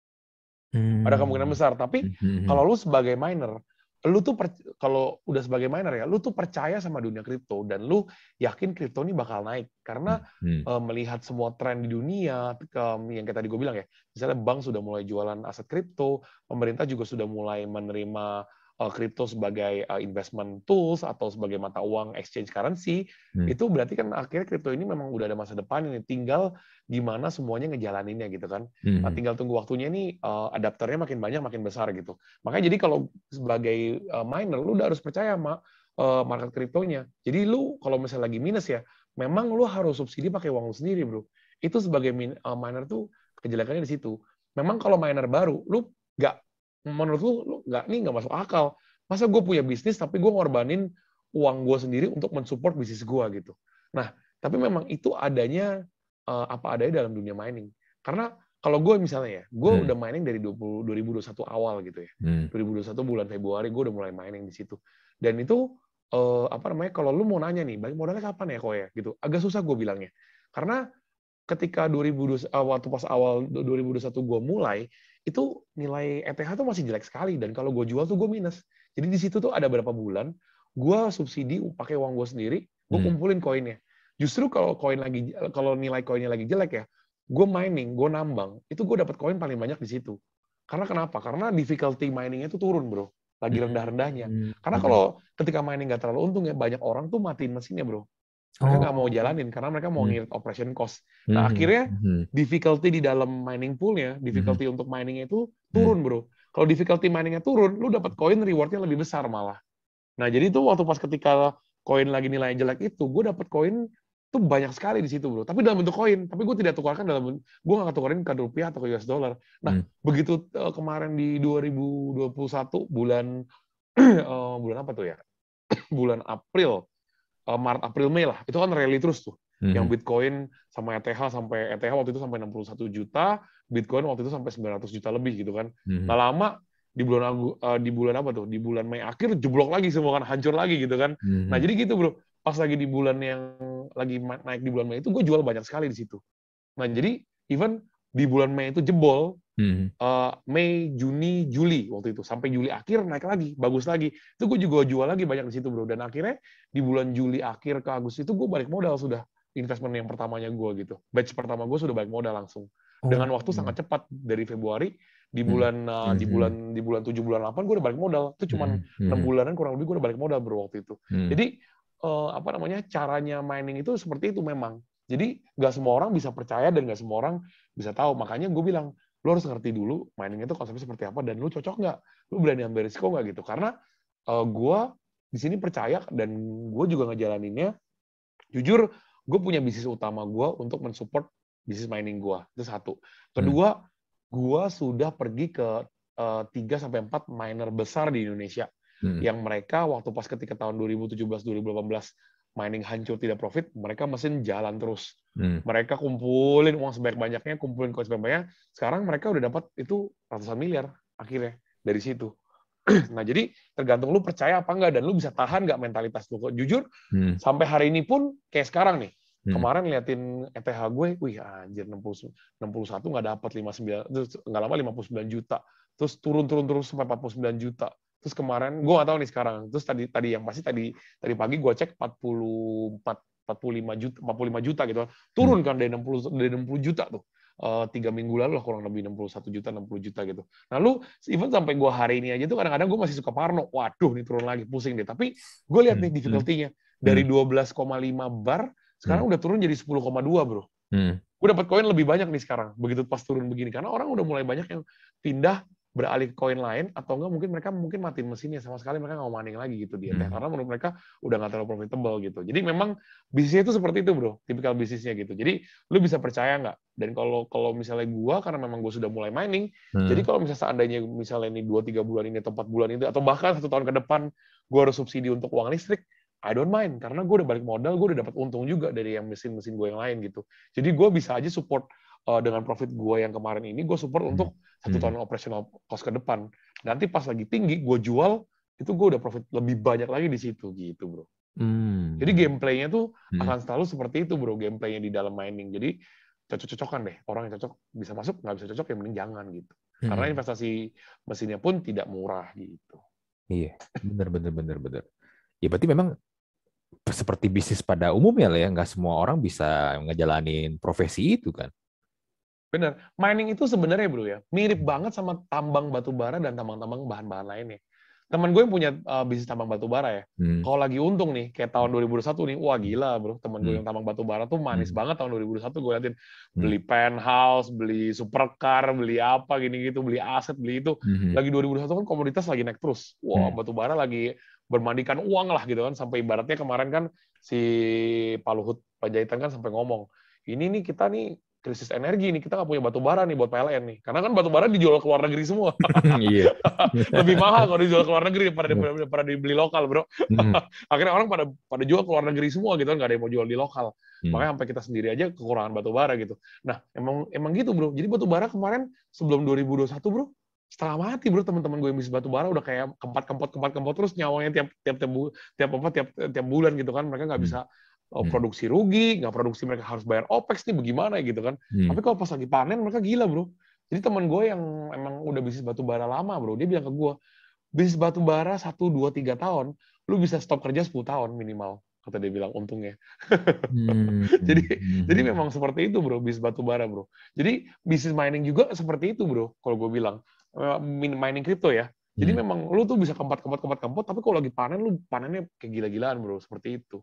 Speaker 1: Hmm. Ada kemungkinan besar, tapi hmm. kalau lu sebagai miner, lu tuh kalau udah sebagai miner ya, lu tuh percaya sama dunia kripto dan lu yakin kripto ini bakal naik karena hmm. uh, melihat semua tren di dunia ke, yang kayak tadi gue bilang ya, misalnya bank sudah mulai jualan aset kripto, pemerintah juga sudah mulai menerima kripto uh, sebagai uh, investment tools atau sebagai mata uang exchange currency, hmm. itu berarti kan akhirnya kripto ini memang udah ada masa depan ini, tinggal gimana semuanya ngejalaninnya gitu kan. Hmm. Nah, tinggal tunggu waktunya ini uh, adapternya makin banyak makin besar gitu. Makanya jadi kalau sebagai uh, miner lu udah harus percaya sama uh, market kriptonya. Jadi lu kalau misalnya lagi minus ya, memang lu harus subsidi pakai uang lu sendiri, bro. Itu sebagai min, uh, miner tuh kejelekannya di situ. Memang kalau miner baru, lu nggak menurut lu, lu nggak nih nggak masuk akal. Masa gue punya bisnis tapi gue ngorbanin uang gue sendiri untuk mensupport bisnis gue gitu. Nah, tapi memang itu adanya uh, apa adanya dalam dunia mining. Karena kalau gue misalnya ya, gue hmm. udah mining dari dua ribu dua puluh satu awal gitu ya. Hmm. dua ribu dua puluh satu bulan Februari gue udah mulai mining di situ. Dan itu uh, apa namanya? Kalau lu mau nanya nih, balik modalnya kapan ya kok ya? Gitu. Agak susah gue bilangnya. Karena ketika dua ribu dua puluh, waktu pas awal dua ribu dua puluh satu gue mulai, itu nilai E T H tuh masih jelek sekali dan kalau gue jual tuh gue minus. Jadi di situ tuh ada berapa bulan gue subsidi pakai uang gue sendiri, gue kumpulin koinnya. Justru kalau koin lagi kalau nilai koinnya lagi jelek ya, gue mining, gue nambang, itu gue dapat koin paling banyak di situ. Karena kenapa? Karena difficulty miningnya itu turun, bro. Lagi rendah-rendahnya. Karena kalau ketika mining nggak terlalu untung ya, banyak orang tuh matiin mesinnya, bro. Mereka nggak oh. mau jalanin karena mereka mau ngirit operation cost. Nah, hmm. akhirnya difficulty di dalam mining pool-nya, difficulty hmm. untuk miningnya itu turun, bro. Kalau difficulty miningnya turun, lu dapat koin reward-nya lebih besar malah. Nah, jadi itu waktu pas ketika koin lagi nilai jelek itu, gue dapat koin tuh banyak sekali di situ, bro. Tapi dalam bentuk koin. Tapi gue tidak tukarkan dalam, gue nggak tukarin ke rupiah atau ke U S dollar. Nah, hmm. begitu uh, kemarin di dua ribu dua puluh satu bulan uh, bulan apa tuh ya? bulan April. Maret, April, Mei lah, itu kan rally terus tuh. Mm-hmm. Yang Bitcoin sama E T H sampai E T H waktu itu sampai enam puluh satu juta, Bitcoin waktu itu sampai sembilan ratus juta lebih gitu kan. Mm-hmm. Nah lama di bulan uh, di bulan apa tuh? Di bulan Mei akhir jeblok lagi semua kan, hancur lagi gitu kan. Mm-hmm. Nah jadi gitu bro, pas lagi di bulan yang lagi naik di bulan Mei itu gue jual banyak sekali di situ. Nah jadi even di bulan Mei itu jebol,
Speaker 2: Hmm.
Speaker 1: Uh, Mei, Juni, Juli waktu itu. Sampai Juli akhir naik lagi, bagus lagi. Itu gue juga jual lagi banyak di situ, bro. Dan akhirnya di bulan Juli akhir ke Agustus itu gue balik modal sudah. Investment yang pertamanya gue gitu. Batch pertama gue sudah balik modal langsung. Dengan waktu
Speaker 2: Oh.
Speaker 1: sangat cepat dari Februari di
Speaker 2: Hmm.
Speaker 1: bulan uh, di
Speaker 2: Hmm.
Speaker 1: bulan di bulan tujuh bulan delapan gue udah balik modal. Itu cuma
Speaker 2: Hmm.
Speaker 1: enam bulanan kurang lebih gue udah balik modal, bro, waktu itu.
Speaker 2: Hmm.
Speaker 1: Jadi uh, apa namanya? Caranya mining itu seperti itu memang. Jadi nggak semua orang bisa percaya dan nggak semua orang bisa tahu. Makanya gue bilang lu harus ngerti dulu mining itu konsepnya seperti apa dan lu cocok nggak, lu berani ambil risiko nggak gitu. Karena uh, gue di sini percaya dan gue juga ngejalaninnya. Jujur, gue punya bisnis utama gue untuk mensupport bisnis mining gue. Itu satu. Kedua, hmm. gue sudah pergi ke uh, tiga sampai empat miner besar di Indonesia. Hmm. Yang mereka waktu pas ketika tahun dua ribu tujuh belas dua ribu delapan belas mining hancur tidak profit, mereka mesin jalan terus. Hmm. Mereka kumpulin uang sebanyak-banyaknya, kumpulin koin sebanyak-banyaknya. Sekarang mereka udah dapat itu ratusan miliar akhirnya dari situ. Nah, jadi tergantung lu percaya apa enggak dan lu bisa tahan nggak mentalitas lu. Jujur, hmm. sampai hari ini pun kayak sekarang nih. Hmm. Kemarin liatin E T H gue, wih anjir enam puluh satu nggak dapat lima puluh sembilan, terus nggak lama lima puluh sembilan juta. Terus turun-turun terus sampai empat puluh sembilan juta. Terus kemarin gue nggak tahu nih sekarang. Terus tadi tadi yang pasti tadi tadi pagi gue cek empat puluh empat empat puluh lima juta empat puluh lima juta gitu. Turun kan dari enam puluh dari enam puluh juta tuh. Uh, tiga minggu lalu lah kurang lebih enam puluh satu juta enam puluh juta gitu. Nah lu even sampai gue hari ini aja tuh kadang-kadang gue masih suka parno. Waduh nih turun lagi pusing deh. Tapi gue lihat nih difficulty-nya dari dua belas koma lima bar sekarang hmm. udah turun jadi sepuluh koma dua, bro. Hmm. Gue dapat koin lebih banyak nih sekarang begitu pas turun begini karena orang udah mulai banyak yang pindah beralih ke koin lain atau enggak mungkin mereka mungkin matiin mesinnya sama sekali mereka nggak mau mining lagi gitu dia hmm. karena menurut mereka udah nggak terlalu profitable gitu. Jadi memang bisnisnya itu seperti itu, bro, tipikal bisnisnya gitu. Jadi lu bisa percaya nggak? Dan kalau kalau misalnya gua karena memang gua sudah mulai mining, hmm. jadi kalau misalnya seandainya misalnya ini dua tiga bulan ini atau empat bulan ini atau bahkan satu tahun ke depan gua harus subsidi untuk uang listrik, I don't mind karena gue udah balik modal, gue udah dapat untung juga dari yang mesin-mesin gue yang lain gitu. Jadi gue bisa aja support uh, dengan profit gue yang kemarin ini, gue support hmm. untuk satu tahun operational cost ke depan. Nanti pas lagi tinggi, gue jual, itu gue udah profit lebih banyak lagi di situ gitu, bro. Hmm. Jadi gameplaynya tuh hmm. akan selalu seperti itu, bro, gameplaynya di dalam mining. Jadi cocok-cocokan deh, orang yang cocok bisa masuk, nggak bisa cocok ya mending jangan gitu. Hmm. Karena investasi mesinnya pun tidak murah gitu.
Speaker 2: Iya, benar, benar, benar, benar. Ya berarti memang seperti bisnis pada umumnya lah ya, nggak semua orang bisa ngejalanin profesi itu kan.
Speaker 1: Benar. Mining itu sebenarnya, bro, ya mirip banget sama tambang batu bara dan tambang-tambang bahan-bahan lainnya. Teman gue yang punya uh, bisnis tambang batu bara ya, hmm. kalau lagi untung nih, kayak tahun dua ribu dua puluh satu nih, wah gila, bro. Teman gue hmm. yang tambang batu bara tuh manis hmm. banget tahun dua ribu dua puluh satu. Gue liatin beli penthouse, beli supercar, beli apa gini-gitu, beli aset, beli itu. Hmm. Lagi dua ribu dua puluh satu kan komoditas lagi naik terus. Wah, hmm. batu bara lagi bermandikan uang lah gitu kan. Sampai ibaratnya kemarin kan si Pak Luhut Panjaitan kan sampai ngomong, ini nih kita nih krisis energi nih, kita nggak punya batu bara nih buat P L N nih. Karena kan batu bara dijual ke luar negeri semua.
Speaker 2: Iya.
Speaker 1: Lebih mahal kalau dijual ke luar negeri daripada, daripada dibeli lokal, bro. Hmm. Akhirnya orang pada pada jual ke luar negeri semua gitu kan, nggak ada yang mau jual di lokal. Hmm. Makanya sampai kita sendiri aja kekurangan batu bara gitu. Nah, emang emang gitu, bro. Jadi batu bara kemarin sebelum dua ribu dua puluh satu, bro, setengah mati, bro, teman-teman gue yang bisnis batu bara udah kayak kempat kempot kempat kempot terus nyawanya tiap tiap tiap tiap apa tiap tiap bulan gitu kan. Mereka nggak bisa Oh, produksi rugi, nggak produksi mereka harus bayar OPEX nih bagaimana gitu kan. Hmm. Tapi kalau pas lagi panen mereka gila, bro. Jadi teman gue yang emang udah bisnis batu bara lama, bro, dia bilang ke gue, bisnis batu bara satu, dua, tiga tahun, lu bisa stop kerja sepuluh tahun minimal, kata dia bilang untungnya. Hmm. jadi hmm. jadi memang seperti itu, bro, bisnis batu bara, bro. Jadi bisnis mining juga seperti itu, bro, kalau gue bilang. Mining kripto ya. Jadi hmm. memang lu tuh bisa kempat, kempat, kempat, kempat, tapi kalau lagi panen, lu panennya kayak gila-gilaan, bro, seperti itu.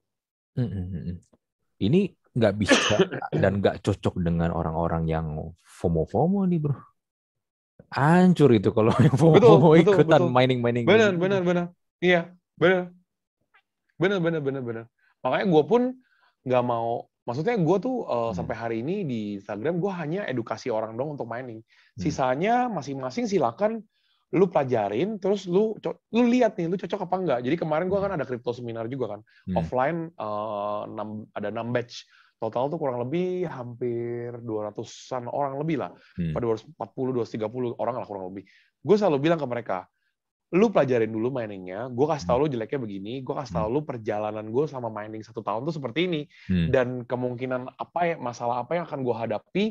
Speaker 2: Ini nggak bisa dan nggak cocok dengan orang-orang yang FOMO-FOMO nih, bro. Hancur itu kalau yang FOMO-FOMO ikutan mining-mining.
Speaker 1: Benar, benar, benar. Iya, benar. Benar, benar, benar, benar. Makanya gue pun nggak mau, maksudnya gue tuh uh, hmm. sampai hari ini di Instagram gue hanya edukasi orang dong untuk mining. Sisanya masing-masing silakan lu pelajarin, terus lu lu lihat nih, lu cocok apa enggak. Jadi kemarin gua kan ada crypto seminar juga kan, hmm. offline uh, enam, ada enam batch. Total tuh kurang lebih hampir dua ratusan orang lebih lah. Hmm. Pada dua ratus empat puluh, dua ratus tiga puluh orang lah kurang lebih. Gue selalu bilang ke mereka, lu pelajarin dulu miningnya, gue kasih tau lu jeleknya begini, gue kasih tau lu perjalanan gue selama mining satu tahun tuh seperti ini. Hmm. Dan kemungkinan apa ya, masalah apa yang akan gue hadapi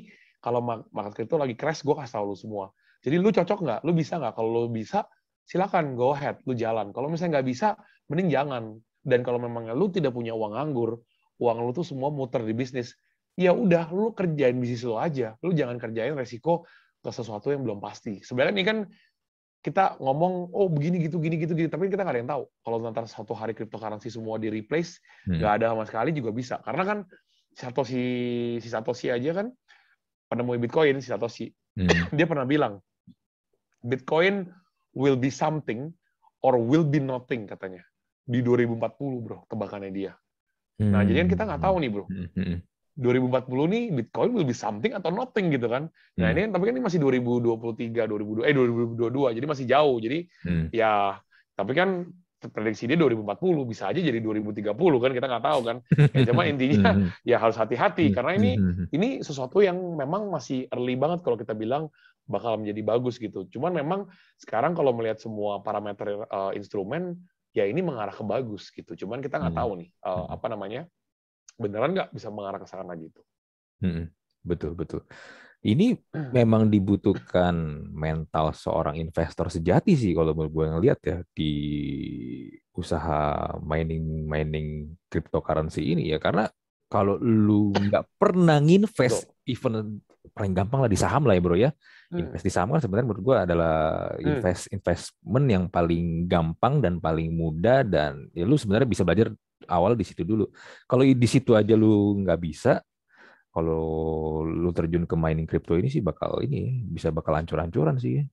Speaker 1: kalau market crypto lagi crash, gue kasih tahu lu semua. Jadi lu cocok nggak? Lu bisa nggak? Kalau lu bisa, silakan go ahead, lu jalan. Kalau misalnya nggak bisa, mending jangan. Dan kalau memang lu tidak punya uang nganggur, uang lu tuh semua muter di bisnis, ya udah, lu kerjain bisnis lu aja. Lu jangan kerjain resiko ke sesuatu yang belum pasti. Sebenarnya ini kan kita ngomong, oh begini gitu, gini gitu, gini, tapi kita nggak ada yang tahu. Kalau nanti satu hari cryptocurrency semua di replace, nggak
Speaker 2: Hmm.
Speaker 1: ada sama sekali juga bisa. Karena kan Satoshi, si Satoshi aja kan, penemu Bitcoin, si Satoshi,
Speaker 2: Hmm.
Speaker 1: dia pernah bilang, Bitcoin will be something or will be nothing, katanya. Di dua ribu empat puluh, bro, tebakannya dia. Nah, jadi kan kita nggak tahu nih, bro.
Speaker 2: Hmm.
Speaker 1: dua ribu empat puluh nih Bitcoin will be something atau nothing gitu kan. Nah,
Speaker 2: Hmm.
Speaker 1: ini tapi kan ini masih dua ribu dua puluh tiga, dua ribu dua eh dua ribu dua puluh dua, jadi masih jauh. Jadi
Speaker 2: Hmm.
Speaker 1: ya, tapi kan prediksi dia dua ribu empat puluh, bisa aja jadi dua ribu tiga puluh kan, kita nggak tahu kan. Ya cuma intinya
Speaker 2: Hmm.
Speaker 1: ya harus hati-hati karena ini
Speaker 2: Hmm.
Speaker 1: ini sesuatu yang memang masih early banget kalau kita bilang bakal menjadi bagus gitu. Cuman memang sekarang kalau melihat semua parameter uh, instrumen, ya ini mengarah ke bagus gitu. Cuman kita nggak tahu nih uh, apa namanya, beneran nggak bisa mengarah ke sana gitu.
Speaker 2: Hmm. Betul, betul. Ini memang dibutuhkan mental seorang investor sejati sih kalau menurut gue ngeliat ya di usaha mining mining cryptocurrency ini ya, karena kalau lu nggak pernah nginvest, even paling gampang lah di saham lah ya bro ya, invest di saham kan sebenarnya menurut gue adalah invest investment yang paling gampang dan paling mudah, dan ya lu sebenarnya bisa belajar awal di situ dulu. Kalau di situ aja lu nggak bisa, kalau lu terjun ke mining crypto ini sih bakal ini bisa bakal hancur-hancuran sih.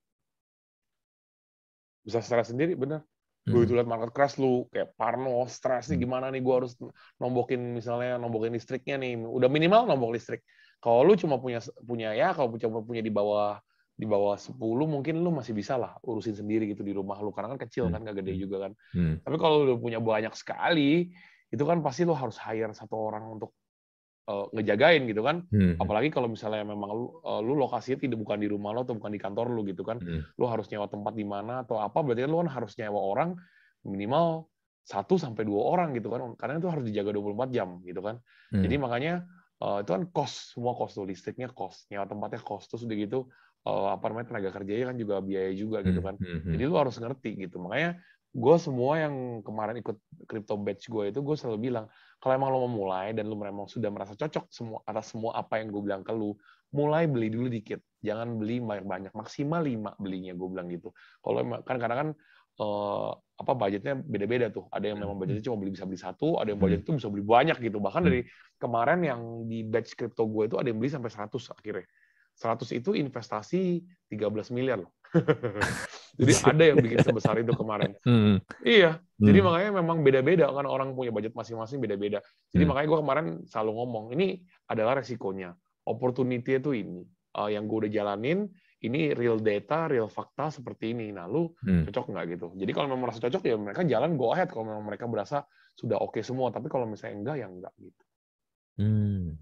Speaker 1: Bisa stres sendiri, bener.
Speaker 2: Hmm.
Speaker 1: Begitu lihat market crash, lu kayak parno, stres nih,
Speaker 2: Hmm.
Speaker 1: gimana nih gue harus nombokin misalnya nombokin listriknya nih, udah minimal nombok listrik. Kalau lu cuma punya punya ya kalau cuma punya di bawah di bawah sepuluh, mungkin lu masih bisa lah urusin sendiri gitu di rumah lu, karena kan kecil
Speaker 2: Hmm.
Speaker 1: kan, gak gede juga kan.
Speaker 2: Hmm.
Speaker 1: Tapi kalau lu punya banyak sekali, itu kan pasti lu harus hire satu orang untuk Uh, ngejagain gitu kan,
Speaker 2: Hmm.
Speaker 1: apalagi kalau misalnya memang lu, uh, lu lokasinya tidak bukan di rumah lo atau bukan di kantor lu gitu kan,
Speaker 2: Hmm.
Speaker 1: lu harus nyewa tempat di mana atau apa, berarti lu kan harus nyewa orang minimal satu sampai dua orang gitu kan, karena itu harus dijaga dua puluh empat jam gitu kan.
Speaker 2: Hmm.
Speaker 1: Jadi makanya uh, itu kan cost, semua cost tuh, listriknya cost, nyewa tempatnya cost, terus udah gitu uh, apa namanya tenaga kerjanya kan juga biaya juga gitu kan.
Speaker 2: Hmm.
Speaker 1: Jadi lu harus ngerti gitu. Makanya gue semua yang kemarin ikut crypto batch gue itu, gue selalu bilang, kalau emang lo mau mulai dan lo memang sudah merasa cocok semua atas semua apa yang gue bilang ke lo, mulai beli dulu dikit, jangan beli banyak-banyak, maksimal lima belinya, gue bilang gitu. Kalau kan kadang kan eh, apa budgetnya beda-beda tuh, ada yang memang budgetnya cuma beli bisa beli satu, ada yang budget itu bisa beli banyak gitu. Bahkan dari kemarin yang di batch crypto gue itu ada yang beli sampai seratus akhirnya. seratus itu investasi tiga belas miliar loh. Jadi ada yang bikin sebesar itu kemarin.
Speaker 2: Hmm.
Speaker 1: Iya,
Speaker 2: Hmm.
Speaker 1: jadi makanya memang beda-beda kan, orang punya budget masing-masing beda-beda. Jadi
Speaker 2: Hmm.
Speaker 1: makanya gue kemarin selalu ngomong, ini adalah resikonya. Opportunity itu ini. Uh, yang gue udah jalanin, ini real data, real fakta seperti ini. Nah, lu
Speaker 2: Hmm.
Speaker 1: cocok nggak gitu? Jadi kalau memang merasa cocok, ya mereka jalan, go ahead. Kalau memang mereka berasa sudah oke okay semua. Tapi kalau misalnya enggak, ya enggak gitu.
Speaker 2: Hmm.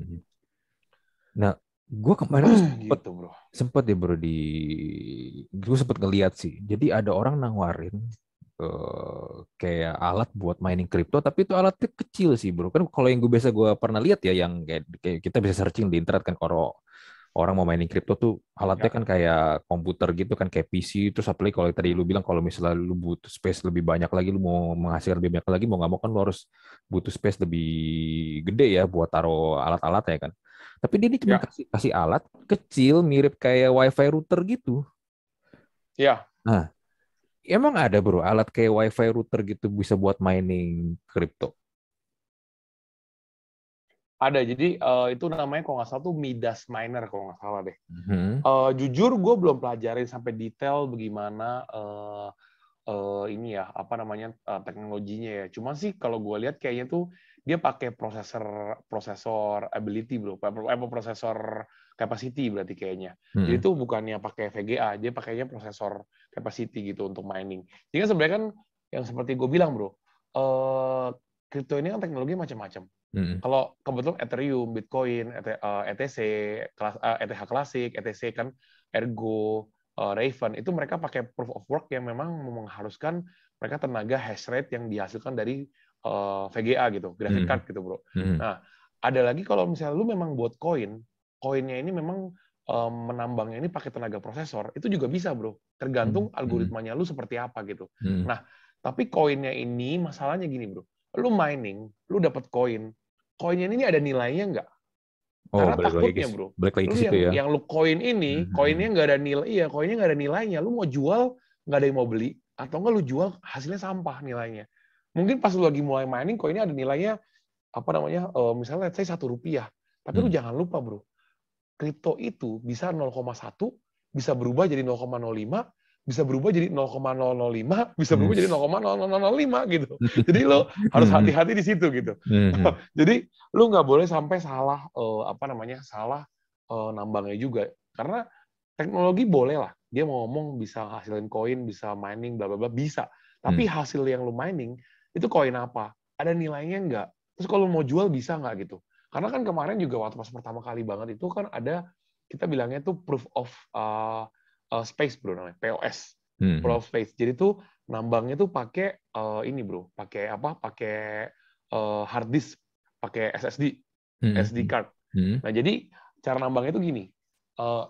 Speaker 2: Nah, gue kemarin tuh sempet,
Speaker 1: gitu, bro.
Speaker 2: sempet ya bro di, gue sempet ngeliat sih. Jadi ada orang nawarin uh, kayak alat buat mining crypto, tapi itu alatnya kecil sih bro. Kan kalau yang gue biasa gue pernah lihat ya, yang kayak, kayak kita bisa searching di internet kan, kalau orang mau mining crypto tuh alatnya
Speaker 1: Ya.
Speaker 2: kan kayak komputer gitu kan, kayak P C. Terus apalagi kalau tadi lu bilang kalau misalnya lu butuh space lebih banyak lagi, lu mau menghasilkan lebih banyak lagi, mau nggak mau kan lu harus butuh space lebih gede ya buat taruh alat-alat ya kan. Tapi dia ini cuma
Speaker 1: Ya.
Speaker 2: kasih kasih alat kecil mirip kayak WiFi router gitu.
Speaker 1: Ya.
Speaker 2: Nah, emang ada bro alat kayak WiFi router gitu bisa buat mining crypto?
Speaker 1: Ada, jadi uh, itu namanya kalau nggak salah tuh Midas Miner kalau nggak salah deh.
Speaker 2: Hmm.
Speaker 1: Uh, jujur gue belum pelajarin sampai detail bagaimana uh, uh, ini ya apa namanya uh, teknologinya ya. Cuma sih kalau gue lihat kayaknya tuh dia pakai prosesor prosesor ability bro, apa prosesor capacity berarti kayaknya.
Speaker 2: Hmm.
Speaker 1: Jadi tuh bukannya pakai V G A, dia pakainya prosesor capacity gitu untuk mining. Jadi kan sebenarnya kan yang seperti gue bilang bro, uh, kripto ini kan teknologi macam-macam.
Speaker 2: Hmm.
Speaker 1: Kalau kebetulan Ethereum, Bitcoin, E T C, E T H Classic, E T C kan, Ergo, Raven, itu mereka pakai proof of work yang memang mengharuskan mereka tenaga hash rate yang dihasilkan dari V G A gitu, graphic card gitu bro.
Speaker 2: Hmm.
Speaker 1: Nah, ada lagi kalau misalnya lu memang buat koin, koinnya ini memang um, menambangnya ini pakai tenaga prosesor, itu juga bisa, bro. Tergantung
Speaker 2: Hmm.
Speaker 1: algoritmanya lu seperti apa gitu.
Speaker 2: Hmm.
Speaker 1: Nah, tapi koinnya ini masalahnya gini, bro. Lu mining, lu dapat koin, koinnya ini ada nilainya nggak?
Speaker 2: Oh,
Speaker 1: Karena
Speaker 2: balik lagi ke,
Speaker 1: takutnya, bro,
Speaker 2: balik lagi
Speaker 1: lu
Speaker 2: ke situ
Speaker 1: yang
Speaker 2: ya.
Speaker 1: yang lu koin ini,
Speaker 2: Hmm.
Speaker 1: koinnya nggak ada nilai, iya, koinnya nggak ada nilainya. Lu mau jual, nggak ada yang mau beli, atau nggak lu jual hasilnya sampah nilainya. Mungkin pas lu lagi mulai mining, koinnya ada nilainya apa namanya, uh, misalnya let's say satu rupiah. Tapi
Speaker 2: Hmm.
Speaker 1: lu jangan lupa, bro, kripto itu bisa nol koma satu, bisa berubah jadi nol koma nol lima, bisa berubah jadi nol koma nol nol lima, bisa berubah jadi nol koma nol nol nol lima gitu. Jadi lo harus hati-hati di situ gitu. Jadi lo nggak boleh sampai salah uh, apa namanya salah uh, nambangnya juga. Karena teknologi boleh lah, dia mau ngomong bisa hasilin koin, bisa mining, bla bla bla, bisa. Tapi
Speaker 2: Hmm.
Speaker 1: hasil yang lo mining itu koin apa? Ada nilainya nggak? Terus kalau mau jual bisa nggak gitu? Karena kan kemarin juga waktu pas pertama kali banget itu kan ada, kita bilangnya tuh proof of uh, uh, space, bro, namanya P O S.
Speaker 2: Hmm.
Speaker 1: Proof of space. Jadi tuh nambangnya tuh pakai uh, ini, bro, pakai apa? Pakai uh, hard disk, pakai S S D,
Speaker 2: Hmm.
Speaker 1: S D card.
Speaker 2: Hmm.
Speaker 1: Nah, jadi cara nambangnya tuh gini. Uh,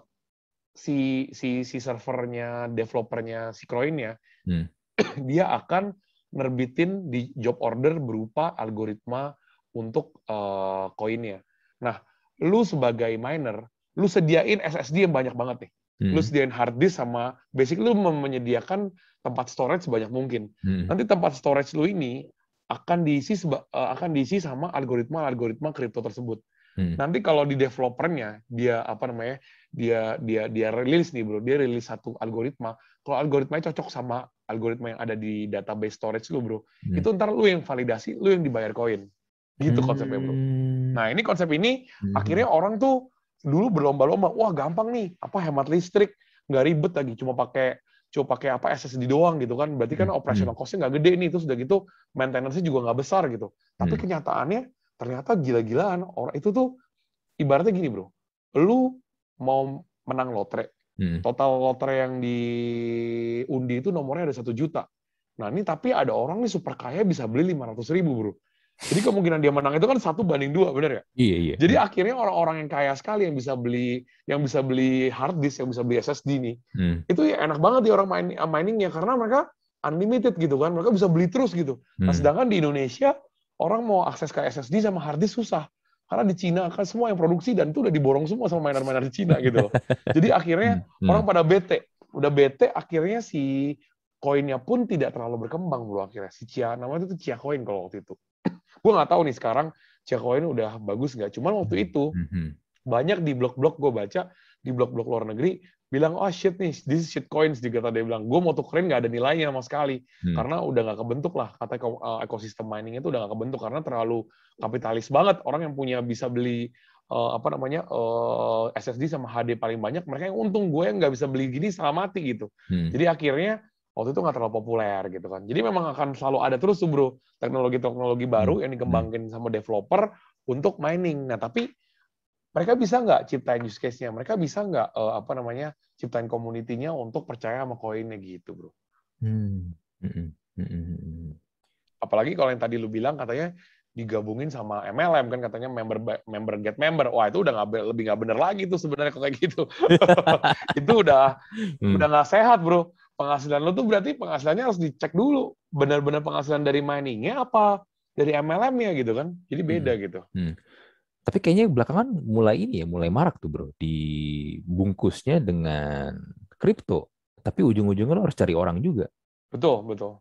Speaker 1: si si si servernya, developernya, si Coinnya, hmm. dia akan nerbitin di job order berupa algoritma untuk uh, koinnya. Nah, lu sebagai miner, lu sediain S S D yang banyak banget nih. Hmm. Lu sediain hard disk sama basic, lu menyediakan tempat storage sebanyak mungkin. Hmm. Nanti tempat storage lu ini akan diisi uh, akan diisi sama algoritma-algoritma kripto tersebut. Hmm. Nanti kalau di developernya dia apa namanya? dia dia dia rilis nih, bro. Dia rilis satu algoritma. Kalau algoritmanya cocok sama algoritma yang ada di database storage lu, bro, hmm. itu ntar lu yang validasi, lu yang dibayar koin. Gitu konsepnya, bro. Nah, ini konsep ini hmm. akhirnya orang tuh dulu berlomba-lomba, wah gampang nih, apa hemat listrik, nggak ribet lagi, cuma pakai cuma pakai apa S S D doang gitu kan. Berarti kan operational cost-nya nggak gede nih, terus udah gitu maintenance-nya juga nggak besar gitu. Tapi hmm. kenyataannya ternyata gila-gilaan. Orang itu tuh ibaratnya gini, bro. Lu mau menang lotre, hmm. total lotre yang diundi itu nomornya ada satu juta. Nah ini tapi ada orang nih super kaya bisa beli lima ratus ribu, bro. Jadi kemungkinan dia menang itu kan satu banding dua, bener ya?
Speaker 2: Iya, iya.
Speaker 1: Jadi hmm. akhirnya orang-orang yang kaya sekali yang bisa beli yang bisa beli hard disk, yang bisa beli S S D nih, hmm. itu ya enak banget ya orang main miningnya karena mereka unlimited gitu kan, mereka bisa beli terus gitu. Hmm. Nah sedangkan di Indonesia orang mau akses ke S S D sama hard disk susah. Karena di Cina kan semua yang produksi dan itu udah diborong semua sama miner-miner di Cina gitu. Jadi akhirnya hmm. orang pada bete. Udah bete akhirnya si koinnya pun tidak terlalu berkembang, bro, akhirnya. Si Chia, namanya itu Chia Coin kalau waktu itu. Gue nggak tahu nih sekarang Chia Coin udah bagus nggak. Cuman waktu itu hmm. banyak di blog-blog gue baca, di blog-blog luar negeri, bilang, oh shit nih, this is shit coins, dikata dia bilang, gue mau tukerin nggak ada nilainya sama sekali, hmm. karena udah nggak kebentuk lah, kata ekosistem miningnya itu udah nggak kebentuk, karena terlalu kapitalis banget, orang yang punya bisa beli, uh, apa namanya, uh, S S D sama H D paling banyak, mereka yang untung, gue yang nggak bisa beli gini setengah mati gitu. Hmm. Jadi akhirnya, waktu itu nggak terlalu populer gitu kan. Jadi memang akan selalu ada terus tuh, bro, teknologi-teknologi baru hmm. yang dikembangin sama developer untuk mining. Nah, tapi mereka bisa nggak ciptain use case-nya? Mereka bisa nggak uh, apa namanya ciptain community-nya untuk percaya sama koinnya gitu, bro? Hmm. Hmm. Hmm. Apalagi kalau yang tadi lu bilang katanya digabungin sama M L M kan katanya member member get member. Wah itu udah nggak lebih nggak bener lagi tuh sebenarnya kayak gitu. Itu udah hmm. udah nggak sehat, bro. Penghasilan lu tuh berarti penghasilannya harus dicek dulu. Benar-benar penghasilan dari miningnya apa dari M L M-nya gitu kan? Jadi beda hmm. gitu.
Speaker 2: Hmm. Tapi kayaknya belakangan mulai ini ya, mulai marak tuh, bro. Dibungkusnya dengan kripto. Tapi ujung-ujungnya lo harus cari orang juga.
Speaker 1: Betul, betul.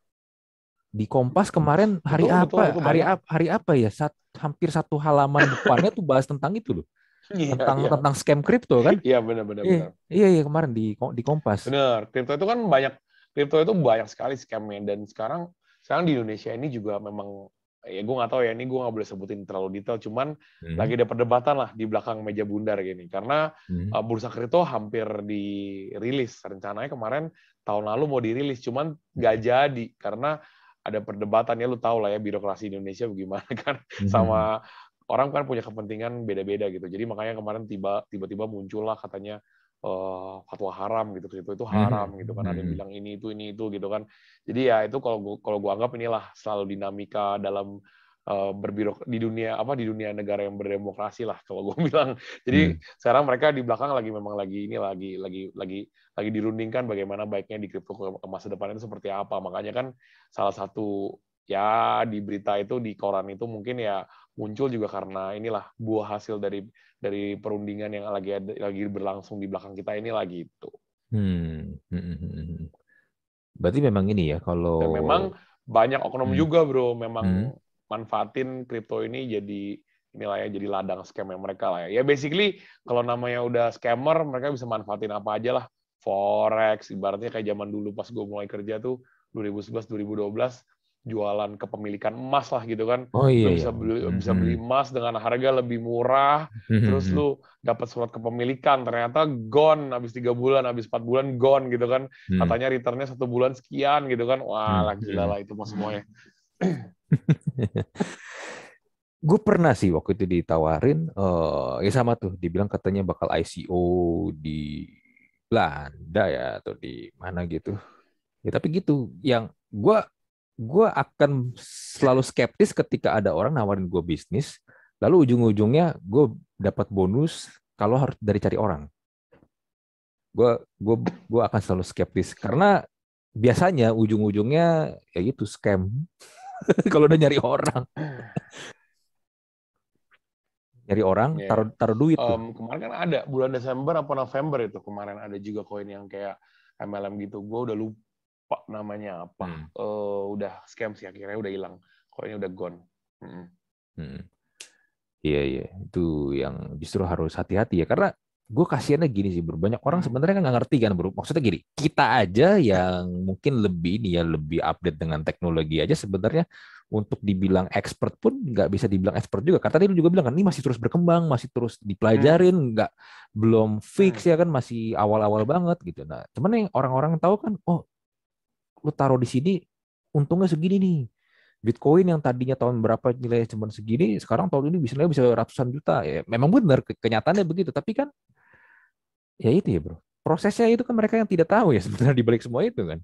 Speaker 2: Di Kompas kemarin hari
Speaker 1: betul,
Speaker 2: apa?
Speaker 1: Betul, betul,
Speaker 2: hari apa? Hari apa ya? Sat, hampir satu halaman depannya tuh bahas tentang itu loh.
Speaker 1: Iya,
Speaker 2: tentang
Speaker 1: iya.
Speaker 2: tentang scam kripto kan?
Speaker 1: Iya, benar benar
Speaker 2: iya,
Speaker 1: benar.
Speaker 2: Iya, iya kemarin di di Kompas.
Speaker 1: Benar. Kripto itu kan banyak kripto itu banyak sekali scamnya dan sekarang sekarang di Indonesia ini juga memang ya gue nggak tahu ya, ini gue nggak boleh sebutin terlalu detail, cuman hmm. lagi ada perdebatan lah di belakang meja bundar gini, karena hmm. uh, bursa kripto hampir dirilis, rencananya kemarin tahun lalu mau dirilis, cuman nggak jadi karena ada perdebatan ya, lu tahu lah ya birokrasi Indonesia bagaimana kan, hmm. sama orang kan punya kepentingan beda-beda gitu, jadi makanya kemarin tiba tiba-tiba muncul lah katanya Uh, fatwa haram gitu, kripto itu haram mm-hmm. gitu kan, ada yang bilang ini itu ini itu gitu kan. Jadi ya itu kalau gua, kalau gua anggap inilah selalu dinamika dalam uh, berbirok di dunia apa di dunia negara yang berdemokrasi lah kalau gue bilang. Jadi
Speaker 2: Hmm.
Speaker 1: sekarang mereka di belakang lagi memang lagi ini lagi lagi lagi lagi dirundingkan bagaimana baiknya di kripto ke masa depan itu seperti apa. Makanya kan salah satu ya di berita itu di koran itu mungkin ya muncul juga karena inilah buah hasil dari dari perundingan yang lagi ada, lagi berlangsung di belakang kita ini lagi itu.
Speaker 2: Hmm. Hmm. Hmm. Hmm. Berarti memang ini ya kalau
Speaker 1: Dan memang banyak oknum
Speaker 2: hmm.
Speaker 1: juga bro,
Speaker 2: Hmm.
Speaker 1: memang manfaatin kripto ini jadi inilah ya jadi ladang scam mereka lah ya. Ya basically kalau namanya udah scammer mereka bisa manfaatin apa aja lah. Forex ibaratnya kayak zaman dulu pas gue mulai kerja tuh dua ribu sebelas dua ribu dua belas jualan kepemilikan emas lah gitu kan.
Speaker 2: Oh iya
Speaker 1: Lu
Speaker 2: ya.
Speaker 1: bisa beli
Speaker 2: Hmm.
Speaker 1: bisa beli emas dengan harga lebih murah, terus
Speaker 2: Hmm.
Speaker 1: lu dapat surat kepemilikan, ternyata gone habis tiga bulan, habis empat bulan gone gitu kan.
Speaker 2: Hmm.
Speaker 1: Katanya returnnya satu bulan sekian gitu kan. Wah, lah, gila
Speaker 2: Hmm.
Speaker 1: lah itu mah semuanya.
Speaker 2: Gue pernah sih waktu itu ditawarin, uh, ya sama tuh, dibilang katanya bakal I C O di Belanda ya atau di mana gitu. Ya tapi gitu, yang gue gue akan selalu skeptis ketika ada orang nawarin gue bisnis, lalu ujung-ujungnya gue dapat bonus kalau harus dari cari orang. Gue gue gue akan selalu skeptis karena biasanya ujung-ujungnya ya gitu scam kalau udah nyari orang. Nyari orang,
Speaker 1: Yeah.
Speaker 2: taruh taruh duit tuh.
Speaker 1: Um, kemarin kan ada bulan Desember apa November itu kemarin ada juga koin yang kayak M L M gitu. Gue udah lupa namanya apa.
Speaker 2: Hmm.
Speaker 1: Uh, udah scam sih akhirnya udah hilang. Koinnya udah gone. Hmm.
Speaker 2: Hmm. Iya iya, itu yang justru harus hati-hati ya karena gue kasihannya gini sih bro, banyak orang sebenarnya kan nggak ngerti kan bro. Maksudnya gini, kita aja yang mungkin lebih nih ya lebih update dengan teknologi aja sebenarnya untuk dibilang expert pun nggak bisa dibilang expert juga. Karena tadi lu juga bilang kan ini masih terus berkembang, masih terus dipelajarin, nggak belum fix ya kan, masih awal-awal banget gitu. Nah, cuman yang orang-orang tahu kan, oh lu taruh di sini untungnya segini nih. Bitcoin yang tadinya tahun berapa nilainya cuma segini, sekarang tahun ini bisa bisa ratusan juta. Ya, memang benar kenyataannya begitu, tapi kan ya itu ya, Bro. Prosesnya itu kan mereka yang tidak tahu ya sebenarnya di balik semua itu kan.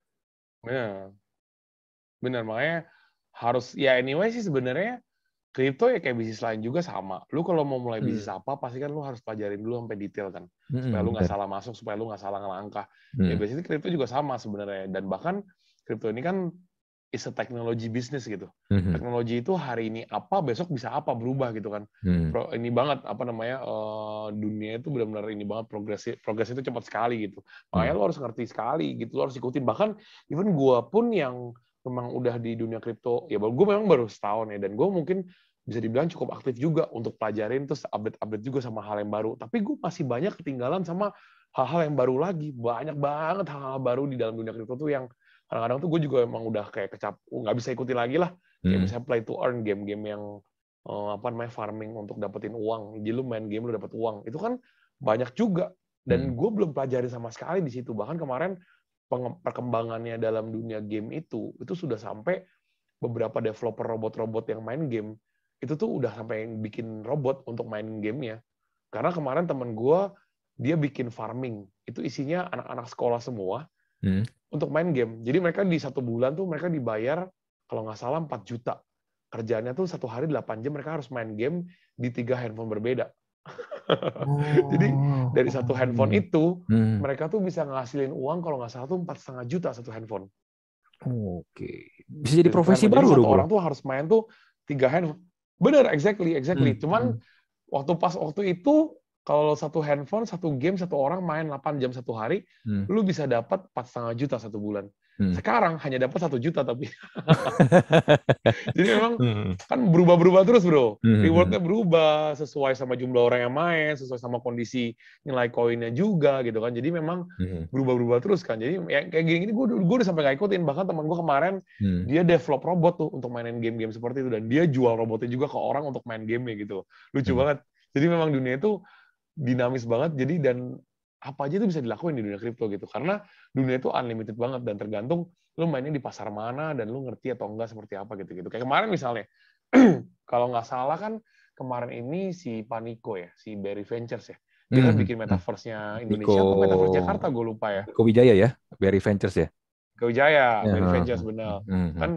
Speaker 1: Ya, benar makanya harus ya anyway sih sebenarnya kripto ya kayak bisnis lain juga sama. Lu kalau mau mulai bisnis
Speaker 2: Hmm.
Speaker 1: apa pasti kan lu harus pelajarin dulu sampai detail kan. Supaya
Speaker 2: Hmm,
Speaker 1: lu nggak
Speaker 2: benar.
Speaker 1: salah masuk, supaya lu nggak salah ngelangkah. Ya
Speaker 2: Hmm.
Speaker 1: biasanya kripto juga sama sebenarnya dan bahkan kripto ini kan is a technology business gitu.
Speaker 2: Hmm.
Speaker 1: Teknologi itu hari ini apa, besok bisa apa, berubah gitu kan.
Speaker 2: Hmm.
Speaker 1: Pro, ini banget apa namanya uh, dunia itu benar-benar ini banget progres progres itu cepat sekali gitu. Makanya
Speaker 2: Hmm.
Speaker 1: lo harus ngerti sekali gitu, lo harus ikutin. Bahkan even gua pun yang memang udah di dunia kripto, ya gue memang baru setahun ya dan gue mungkin bisa dibilang cukup aktif juga untuk pelajarin terus update-update juga sama hal yang baru. Tapi gue masih banyak ketinggalan sama hal-hal yang baru lagi. Banyak banget hal-hal baru di dalam dunia kripto tuh yang kadang-kadang tuh gue juga emang udah kayak kecap, nggak bisa ikutin lagi lah. Kayak
Speaker 2: Hmm.
Speaker 1: misalnya play to earn, game-game yang uh, apa namanya farming untuk dapetin uang. Jadi lu main game lu dapet uang. Itu kan banyak juga. Dan
Speaker 2: Hmm.
Speaker 1: gue belum pelajari sama sekali di situ. Bahkan kemarin perkembangannya dalam dunia game itu, itu sudah sampai beberapa developer robot-robot yang main game, itu tuh udah sampai bikin robot untuk main gamenya. Karena kemarin temen gue, dia bikin farming. Itu isinya anak-anak sekolah semua,
Speaker 2: Hmm.
Speaker 1: untuk main game. Jadi mereka di satu bulan tuh mereka dibayar kalau nggak salah empat juta. Kerjaannya tuh satu hari delapan jam mereka harus main game di tiga handphone berbeda.
Speaker 2: Oh.
Speaker 1: Jadi dari satu handphone itu
Speaker 2: Hmm.
Speaker 1: mereka tuh bisa ngasilin uang kalau nggak salah tuh empat setengah juta satu handphone.
Speaker 2: Oke. Bisa jadi
Speaker 1: Satu
Speaker 2: profesi
Speaker 1: handphone. Jadi
Speaker 2: baru
Speaker 1: satu
Speaker 2: bro.
Speaker 1: orang tuh harus main tuh tiga handphone. Bener, exactly, exactly.
Speaker 2: Hmm.
Speaker 1: Cuman
Speaker 2: Hmm.
Speaker 1: waktu pas waktu itu kalau satu handphone, satu game, satu orang main delapan jam satu hari,
Speaker 2: Hmm.
Speaker 1: lu bisa dapat empat setengah juta satu bulan.
Speaker 2: Hmm.
Speaker 1: Sekarang hanya dapat satu juta tapi. Jadi memang
Speaker 2: Hmm.
Speaker 1: kan berubah-berubah terus bro.
Speaker 2: Hmm.
Speaker 1: Rewardnya berubah sesuai sama jumlah orang yang main, sesuai sama kondisi nilai koinnya juga gitu kan. Jadi memang
Speaker 2: Hmm.
Speaker 1: berubah-berubah terus kan. Jadi ya, kayak gini gue gue udah sampai gak ikutin. Bahkan teman gue kemarin
Speaker 2: Hmm.
Speaker 1: dia develop robot tuh untuk mainin game-game seperti itu dan dia jual robotnya juga ke orang untuk main game gitu. Lucu
Speaker 2: Hmm.
Speaker 1: banget. Jadi memang dunia itu dinamis banget. Jadi dan apa aja itu bisa dilakuin di dunia kripto gitu. Karena dunia itu unlimited banget dan tergantung lu mainnya di pasar mana dan lu ngerti atau enggak seperti apa gitu-gitu. Kayak kemarin misalnya, kalau nggak salah kan kemarin ini si Paniko ya, si Berry Ventures ya. Dia kan
Speaker 2: Hmm.
Speaker 1: bikin metaverse-nya
Speaker 2: Niko
Speaker 1: Indonesia atau metaverse Jakarta, gue lupa ya.
Speaker 2: Niko Wijaya ya, Berry Ventures ya.
Speaker 1: Wijaya,
Speaker 2: Ya,
Speaker 1: Berry
Speaker 2: hmm.
Speaker 1: Ventures benar.
Speaker 2: Hmm.
Speaker 1: Kan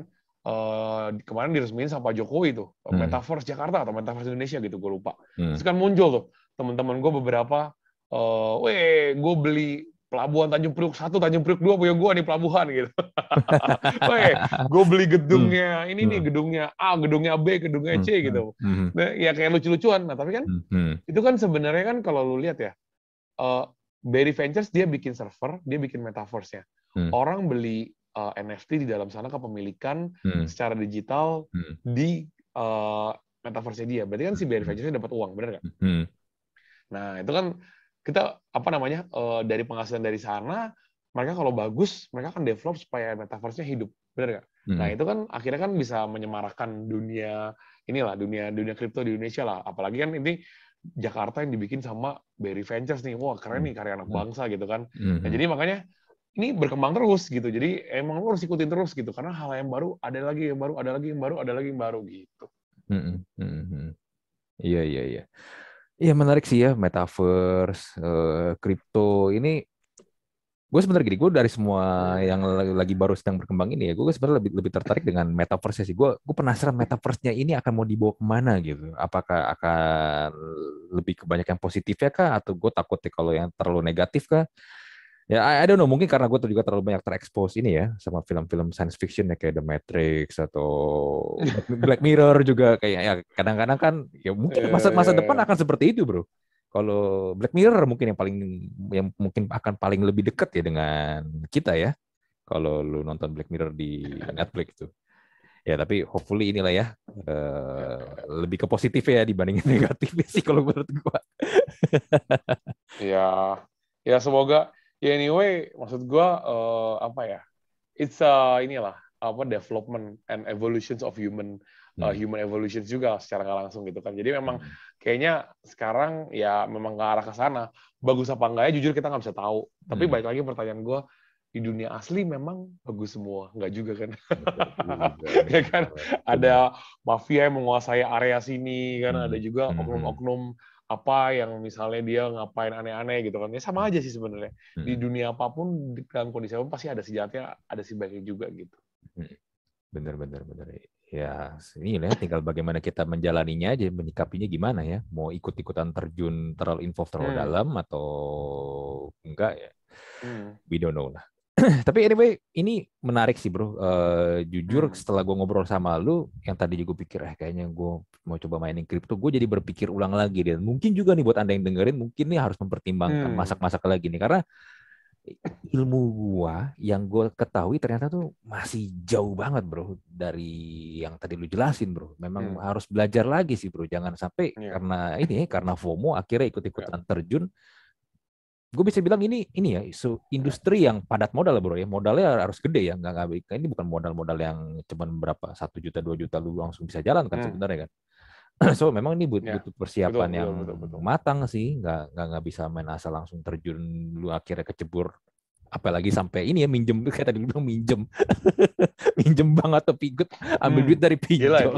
Speaker 1: uh, kemarin diresmiin sama Pak Jokowi tuh,
Speaker 2: Hmm.
Speaker 1: Metaverse Jakarta atau Metaverse Indonesia gitu, gue lupa.
Speaker 2: Hmm.
Speaker 1: Terus kan muncul tuh teman-teman gue beberapa, uh, weh, gue beli pelabuhan Tanjung Priok satu, Tanjung Priok dua punya gue nih pelabuhan gitu. Weh, gue beli gedungnya ini nih, gedungnya A, gedungnya B, gedungnya C gitu. Nah, ya kayak lucu-lucuan. Nah tapi kan itu kan sebenarnya kan kalau lu lihat ya, uh, Berry Ventures dia bikin server, dia bikin metaverse-nya.
Speaker 2: Hmm.
Speaker 1: Orang beli uh, N F T di dalam sana kepemilikan
Speaker 2: Hmm.
Speaker 1: secara digital
Speaker 2: Hmm.
Speaker 1: di uh, metaverse-nya dia. Berarti kan si Berry Ventures-nya dapat uang, benar nggak?
Speaker 2: Hmm.
Speaker 1: Nah itu kan kita apa namanya uh, dari penghasilan dari sana, mereka kalau bagus mereka akan develop supaya metaverse-nya hidup, benar nggak? Hmm. Nah itu kan akhirnya kan bisa menyemarakkan dunia inilah dunia dunia kripto di Indonesia lah. Apalagi kan ini Jakarta yang dibikin sama Berry Ventures nih, wah keren nih karya anak bangsa gitu kan. Nah jadi makanya ini berkembang terus gitu. Jadi emang lo harus ikutin terus gitu karena hal yang baru ada lagi yang baru ada lagi yang baru ada lagi yang baru gitu.
Speaker 2: Hmm. Hmm. Iya iya iya. Iya menarik sih ya metaverse, kripto uh, ini. Gue sebenarnya gini, gue dari semua yang lagi, lagi baru sedang berkembang ini ya, gue sebenarnya lebih lebih tertarik dengan metaverse sih. Gue gue penasaran metaverse-nya ini akan mau dibawa kemana gitu. Apakah akan lebih ke banyak yang positifnya kah, atau gue takutnya kalau yang terlalu negatif kah? Ya, I, I don't know. Mungkin karena gue juga terlalu banyak terekspos ini ya sama film-film science fiction ya kayak The Matrix atau Black Mirror juga kayak ya kadang-kadang kan ya mungkin masa masa depan akan seperti itu bro. Kalau Black Mirror mungkin yang paling yang mungkin akan paling lebih dekat ya dengan kita ya. Kalau lu nonton Black Mirror di Netflix tuh. Ya tapi hopefully inilah ya uh, lebih ke positif ya dibandingin negatif sih kalau menurut gua.
Speaker 1: Ya, ya semoga. Ya anyway, maksud gua uh, apa ya? It's a inilah apa development and evolutions of human uh, human evolutions juga secara nggak langsung gitu kan. Jadi memang kayaknya sekarang ya memang ke arah ke sana. Bagus apa enggaknya jujur kita nggak bisa tahu. Tapi balik lagi pertanyaan gue, di dunia asli memang bagus semua, nggak juga kan? Ya kan ada mafia yang menguasai area sini kan, ada juga oknum-oknum apa yang misalnya dia ngapain aneh-aneh gitu kan. Ya sama aja sih sebenarnya. Di dunia apapun, dalam kondisi apapun pasti ada si jahatnya, ada si baiknya juga gitu.
Speaker 2: Bener-bener bener. Ya, ini lah tinggal bagaimana kita menjalaninya aja, menyikapinya gimana ya. Mau ikut-ikutan terjun terlalu involved terlalu hmm. dalam atau enggak ya. Hmm. We don't know lah. Tapi anyway, ini menarik sih bro. Uh, jujur hmm. setelah gue ngobrol sama lu, yang tadi juga pikir, eh kayaknya gue mau coba mining crypto, gue jadi berpikir ulang lagi. Dan mungkin juga nih buat Anda yang dengerin, mungkin nih harus mempertimbangkan hmm. masak-masak lagi nih. Karena ilmu gua yang gue ketahui ternyata tuh masih jauh banget bro dari yang tadi lu jelasin bro. Memang hmm. harus belajar lagi sih bro. Jangan sampai yeah. karena ini karena FOMO akhirnya ikut-ikutan yeah. terjun. Gue bisa bilang ini ini ya so, industri yang padat modal bro ya. Modalnya harus gede ya. Nggak, nggak, ini bukan modal-modal yang cuman berapa satu juta dua juta lu langsung bisa jalan kan hmm. sebenarnya kan. So memang ini butuh, ya, butuh persiapan betul, yang betul, betul, betul. matang sih, nggak nggak nggak bisa main asal langsung terjun lu akhirnya kecebur, apalagi sampai ini ya minjem kayak tadi lu bilang minjem, minjem bank atau pigut ambil hmm, duit dari pinjol,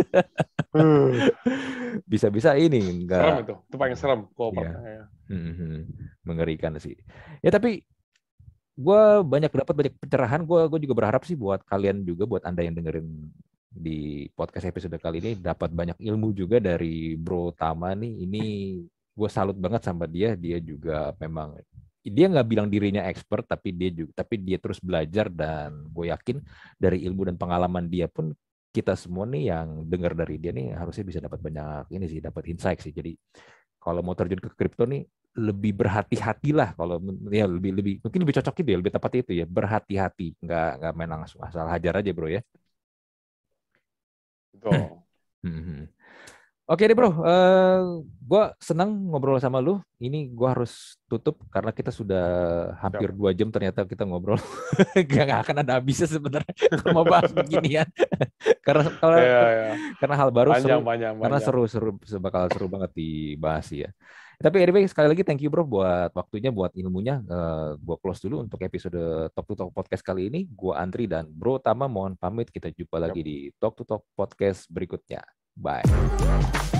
Speaker 2: bisa-bisa ini nggak.
Speaker 1: Serem itu, itu paling serem, kok
Speaker 2: ya. ya. Hmm, mengerikan sih. Ya tapi gue banyak dapat banyak pencerahan, gue gue juga berharap sih buat kalian juga, buat Anda yang dengerin di podcast episode kali ini dapat banyak ilmu juga dari Bro Tama nih. Ini gue salut banget sama dia. Dia juga memang dia nggak bilang dirinya expert, tapi dia juga tapi dia terus belajar, dan gue yakin dari ilmu dan pengalaman dia pun kita semua nih yang dengar dari dia nih harusnya bisa dapat banyak ini sih, dapat insight sih. Jadi kalau mau terjun ke kripto nih lebih berhati-hatilah. Kalau ya lebih lebih mungkin lebih cocok itu ya, lebih tepat itu ya, berhati-hati, nggak nggak main langsung asal hajar aja bro ya.
Speaker 1: Betul.
Speaker 2: Oke deh bro, uh, gue senang ngobrol sama lu. Ini gue harus tutup karena kita sudah hampir dua jam ternyata kita ngobrol. Gak akan ada habisnya sebenarnya kalau mau bahas beginian. karena kalau ya, ya. karena hal baru
Speaker 1: panjang,
Speaker 2: seru,
Speaker 1: panjang,
Speaker 2: karena
Speaker 1: panjang.
Speaker 2: seru seru bakal seru banget dibahas ya. Tapi anyway, sekali lagi thank you bro buat waktunya, buat ilmunya. Uh, gue close dulu untuk episode Talk to Talk Podcast kali ini. Gue Andri dan Bro Tama mohon pamit. Kita jumpa lagi yep. di Talk to Talk Podcast berikutnya. Bye.